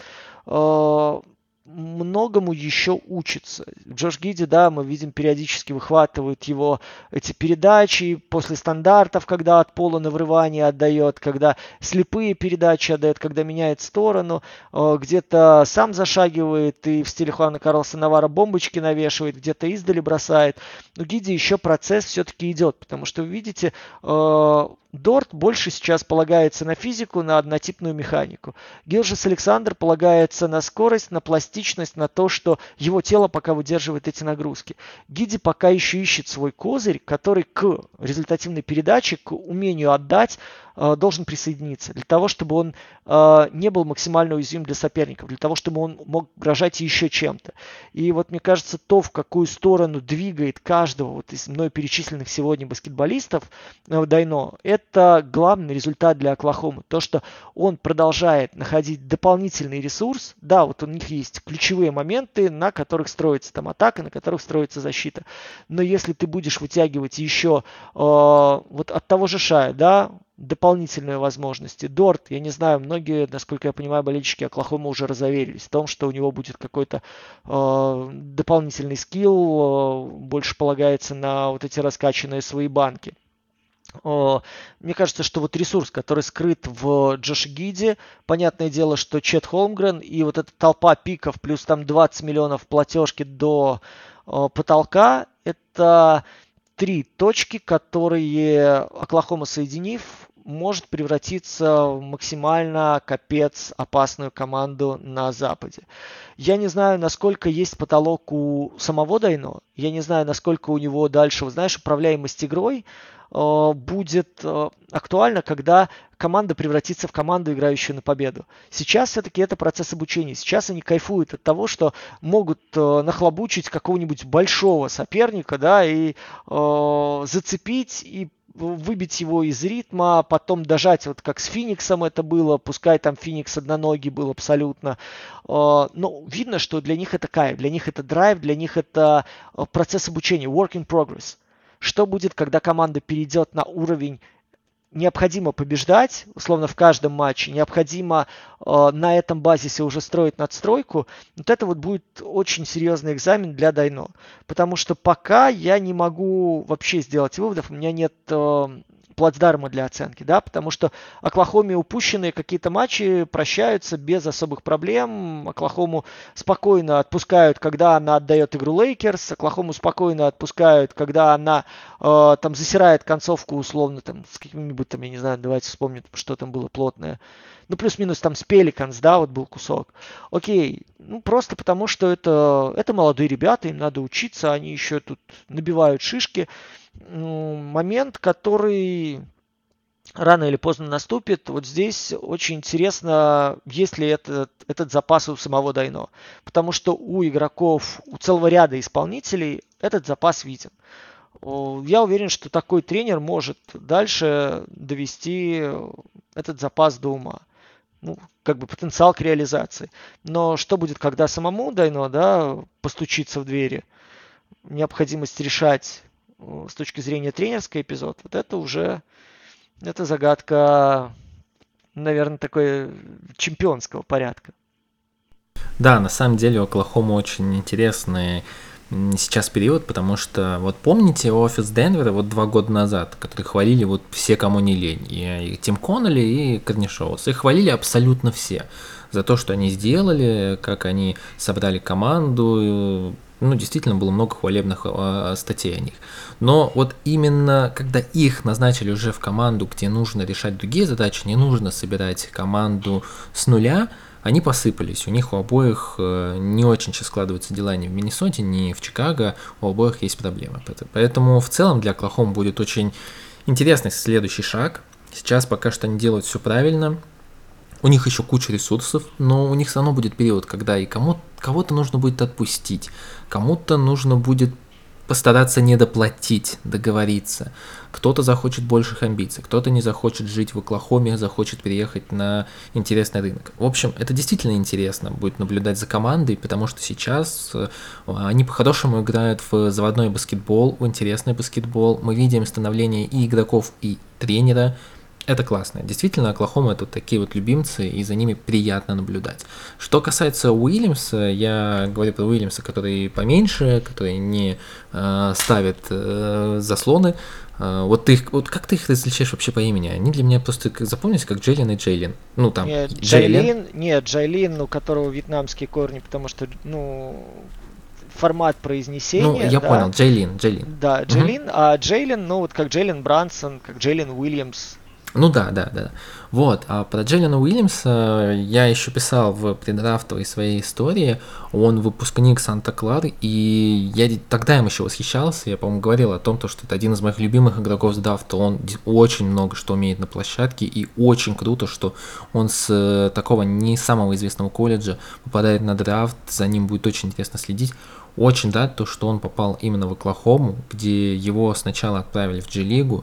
многому еще учится. Джош Гидди, да, мы видим, периодически выхватывают его эти передачи после стандартов, когда от пола на врывание отдает, когда слепые передачи отдает, когда меняет сторону, где-то сам зашагивает и в стиле Хуана Карлоса Навара бомбочки навешивает, где-то издали бросает. Но Гидди еще процесс все-таки идет, потому что вы видите, Дорт больше сейчас полагается на физику, на однотипную механику. Гилжес-Александр полагается на скорость, на пластичность, на то, что его тело пока выдерживает эти нагрузки. Гидди пока еще ищет свой козырь, который к результативной передаче, к умению отдать, должен присоединиться. Для того, чтобы он не был максимально уязвим для соперников, для того, чтобы он мог угрожать еще чем-то. И вот мне кажется, то, в какую сторону двигает каждого вот из мной перечисленных сегодня баскетболистов Дайно, это главный результат для Оклахомы. То, что он продолжает находить дополнительный ресурс. Да, вот у них есть ключевые моменты, на которых строится там атака, на которых строится защита. Но если ты будешь вытягивать еще вот от того же Шая, да, дополнительные возможности. Дорт, я не знаю, многие, насколько я понимаю, болельщики Оклахомы уже разуверились в том, что у него будет какой-то дополнительный скилл, больше полагается на вот эти раскачанные свои банки. Мне кажется, что вот ресурс, который скрыт в Джоше Гидди, понятное дело, что Чет Холмгрен и вот эта толпа пиков, плюс там 20 миллионов платежки до потолка, это 3 точки, которые Оклахома, соединив, может превратиться в максимально капец опасную команду на Западе. Я не знаю, насколько есть потолок у самого Дайно. Я не знаю, насколько у него дальше, вы знаешь, управляемость игрой будет актуально, когда команда превратится в команду, играющую на победу. Сейчас все-таки это процесс обучения. Сейчас они кайфуют от того, что могут нахлобучить какого-нибудь большого соперника, да, и зацепить, и выбить его из ритма, потом дожать, вот как с Фениксом это было, пускай там Феникс одноногий был абсолютно. Но видно, что для них это кайф, для них это драйв, для них это процесс обучения, work in progress. Что будет, когда команда перейдет на уровень необходимо побеждать, условно, в каждом матче, необходимо на этом базисе уже строить надстройку, вот это вот будет очень серьезный экзамен для Дайно. Потому что пока я не могу вообще сделать выводов, у меня нет плацдарма для оценки, да, потому что Оклахоме упущенные какие-то матчи прощаются без особых проблем. Оклахому спокойно отпускают, когда она отдает игру Лейкерс, Оклахому спокойно отпускают, когда она там засирает концовку условно там с каким-нибудь там, я не знаю, давайте вспомним, что там было плотное. Ну, плюс-минус там с Пеликанс, да, вот был кусок. Окей, ну, просто потому что это молодые ребята, им надо учиться, они еще тут набивают шишки. Момент, который рано или поздно наступит. Вот здесь очень интересно, есть ли этот запас у самого Дайно. Потому что у игроков, у целого ряда исполнителей этот запас виден. Я уверен, что такой тренер может дальше довести этот запас до ума. Ну, как бы потенциал к реализации. Но что будет, когда самому Дайно, да, постучится в двери? Необходимость решать с точки зрения тренерской эпизод, вот это уже, это загадка, наверное, такой чемпионского порядка. Да, на самом деле у Оклахомы очень интересный сейчас период, потому что вот помните офис Денвера вот 2 года назад, который хвалили вот все, кому не лень, и Тим Коннелли, и Корнишоус, их хвалили абсолютно все за то, что они сделали, как они собрали команду, ну, действительно было много хвалебных статей о них. Но вот именно когда их назначили уже в команду, где нужно решать другие задачи, не нужно собирать команду с нуля, они посыпались. У них у обоих не очень сейчас складываются дела ни в Миннесоте, ни в Чикаго, у обоих есть проблемы. Поэтому в целом для Оклахомы будет очень интересный следующий шаг. Сейчас пока что они делают все правильно. У них еще куча ресурсов, но у них все равно будет период, когда и кого-то нужно будет отпустить, кому-то нужно будет постараться не доплатить, договориться. Кто-то захочет больших амбиций, кто-то не захочет жить в Оклахоме, захочет переехать на интересный рынок. В общем, это действительно интересно будет наблюдать за командой, потому что сейчас они по-хорошему играют в заводной баскетбол, в интересный баскетбол. Мы видим становление и игроков, и тренера. Это классно. Действительно, Оклахома — это такие вот любимцы, и за ними приятно наблюдать. Что касается Уильямса, я говорю про Уильямса, который поменьше, который не ставит заслоны. Вот как ты их различаешь вообще по имени? Они для меня просто запомнились как Джейлен и Джейлен. Ну там Джейлин, у которого вьетнамские корни, потому что, формат произнесения. Ну, я понял, Джейлин. Да, Джейлин, а Джейлен, вот как Джейлен Брансон, как Джейлен Уильямс. Ну да. Вот, а про Джейлена Уильямса я еще писал в преддрафтовой своей истории. Он выпускник Санта-Клары, и я тогда им еще восхищался. Я, по-моему, говорил о том, что это один из моих любимых игроков с драфта. Он очень много что умеет на площадке, и очень круто, что он с такого не самого известного колледжа попадает на драфт. За ним будет очень интересно следить. Очень рад, что он попал именно в Оклахому, где его сначала отправили в G-лигу.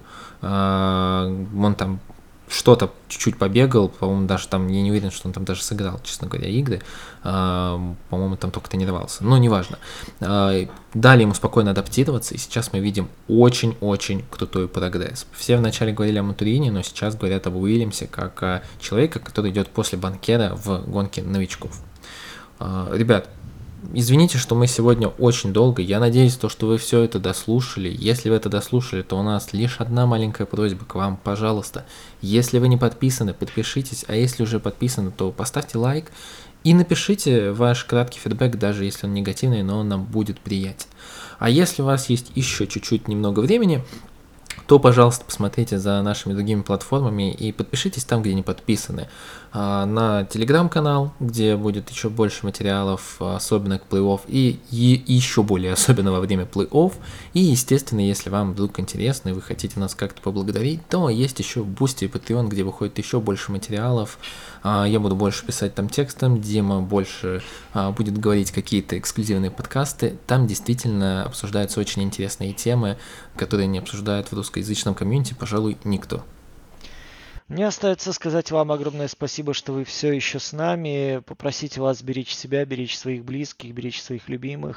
Он там что-то чуть-чуть побегал, по-моему, даже там, я не уверен, что он там даже сыграл, честно говоря, игры. По-моему, там только тренировался. Но неважно. Дали ему спокойно адаптироваться, и сейчас мы видим очень-очень крутой прогресс. Все вначале говорили о Матурине, но сейчас говорят об Уильямсе как о человеке, который идет после банкера в гонке новичков. Ребят, извините, что мы сегодня очень долго. Я надеюсь, что вы все это дослушали. Если вы это дослушали, то у нас лишь одна маленькая просьба к вам. Пожалуйста, если вы не подписаны, подпишитесь. А если уже подписаны, то поставьте лайк и напишите ваш краткий фидбэк, даже если он негативный, но он нам будет приятен. А если у вас есть еще чуть-чуть немного времени, то, пожалуйста, посмотрите за нашими другими платформами и подпишитесь там, где не подписаны. На телеграм-канал, где будет еще больше материалов, особенно к плей-офф, и еще более особенно во время плей-офф. И, естественно, если вам вдруг интересно и вы хотите нас как-то поблагодарить, то есть еще Boosty и Patreon, где выходит еще больше материалов. Я буду больше писать там текстом, Дима больше будет говорить какие-то эксклюзивные подкасты. Там действительно обсуждаются очень интересные темы, которые не обсуждают в русскоязычном комьюнити, пожалуй, никто. Мне остается сказать вам огромное спасибо, что вы все еще с нами. Попросить вас беречь себя, беречь своих близких, беречь своих любимых.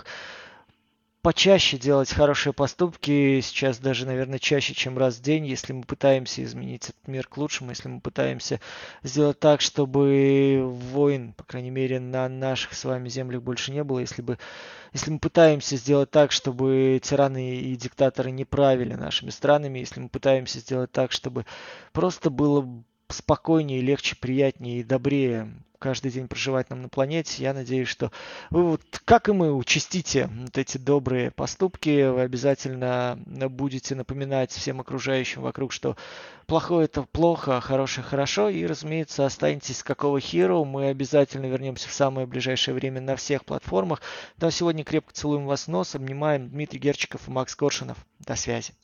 Почаще делать хорошие поступки, сейчас даже, наверное, чаще, чем раз в день, если мы пытаемся изменить этот мир к лучшему, если мы пытаемся сделать так, чтобы войн, по крайней мере, на наших с вами землях больше не было, если мы пытаемся сделать так, чтобы тираны и диктаторы не правили нашими странами, если мы пытаемся сделать так, чтобы просто было спокойнее, легче, приятнее и добрее каждый день проживать нам на планете. Я надеюсь, что вы, как и мы, учтите эти добрые поступки. Вы обязательно будете напоминать всем окружающим вокруг, что плохое это плохо, а хорошее хорошо. И, разумеется, останетесь с какого Hero. Мы обязательно вернемся в самое ближайшее время на всех платформах. Но сегодня крепко целуем вас в нос, обнимаем. Дмитрий Герчиков и Макс Коршунов. До связи.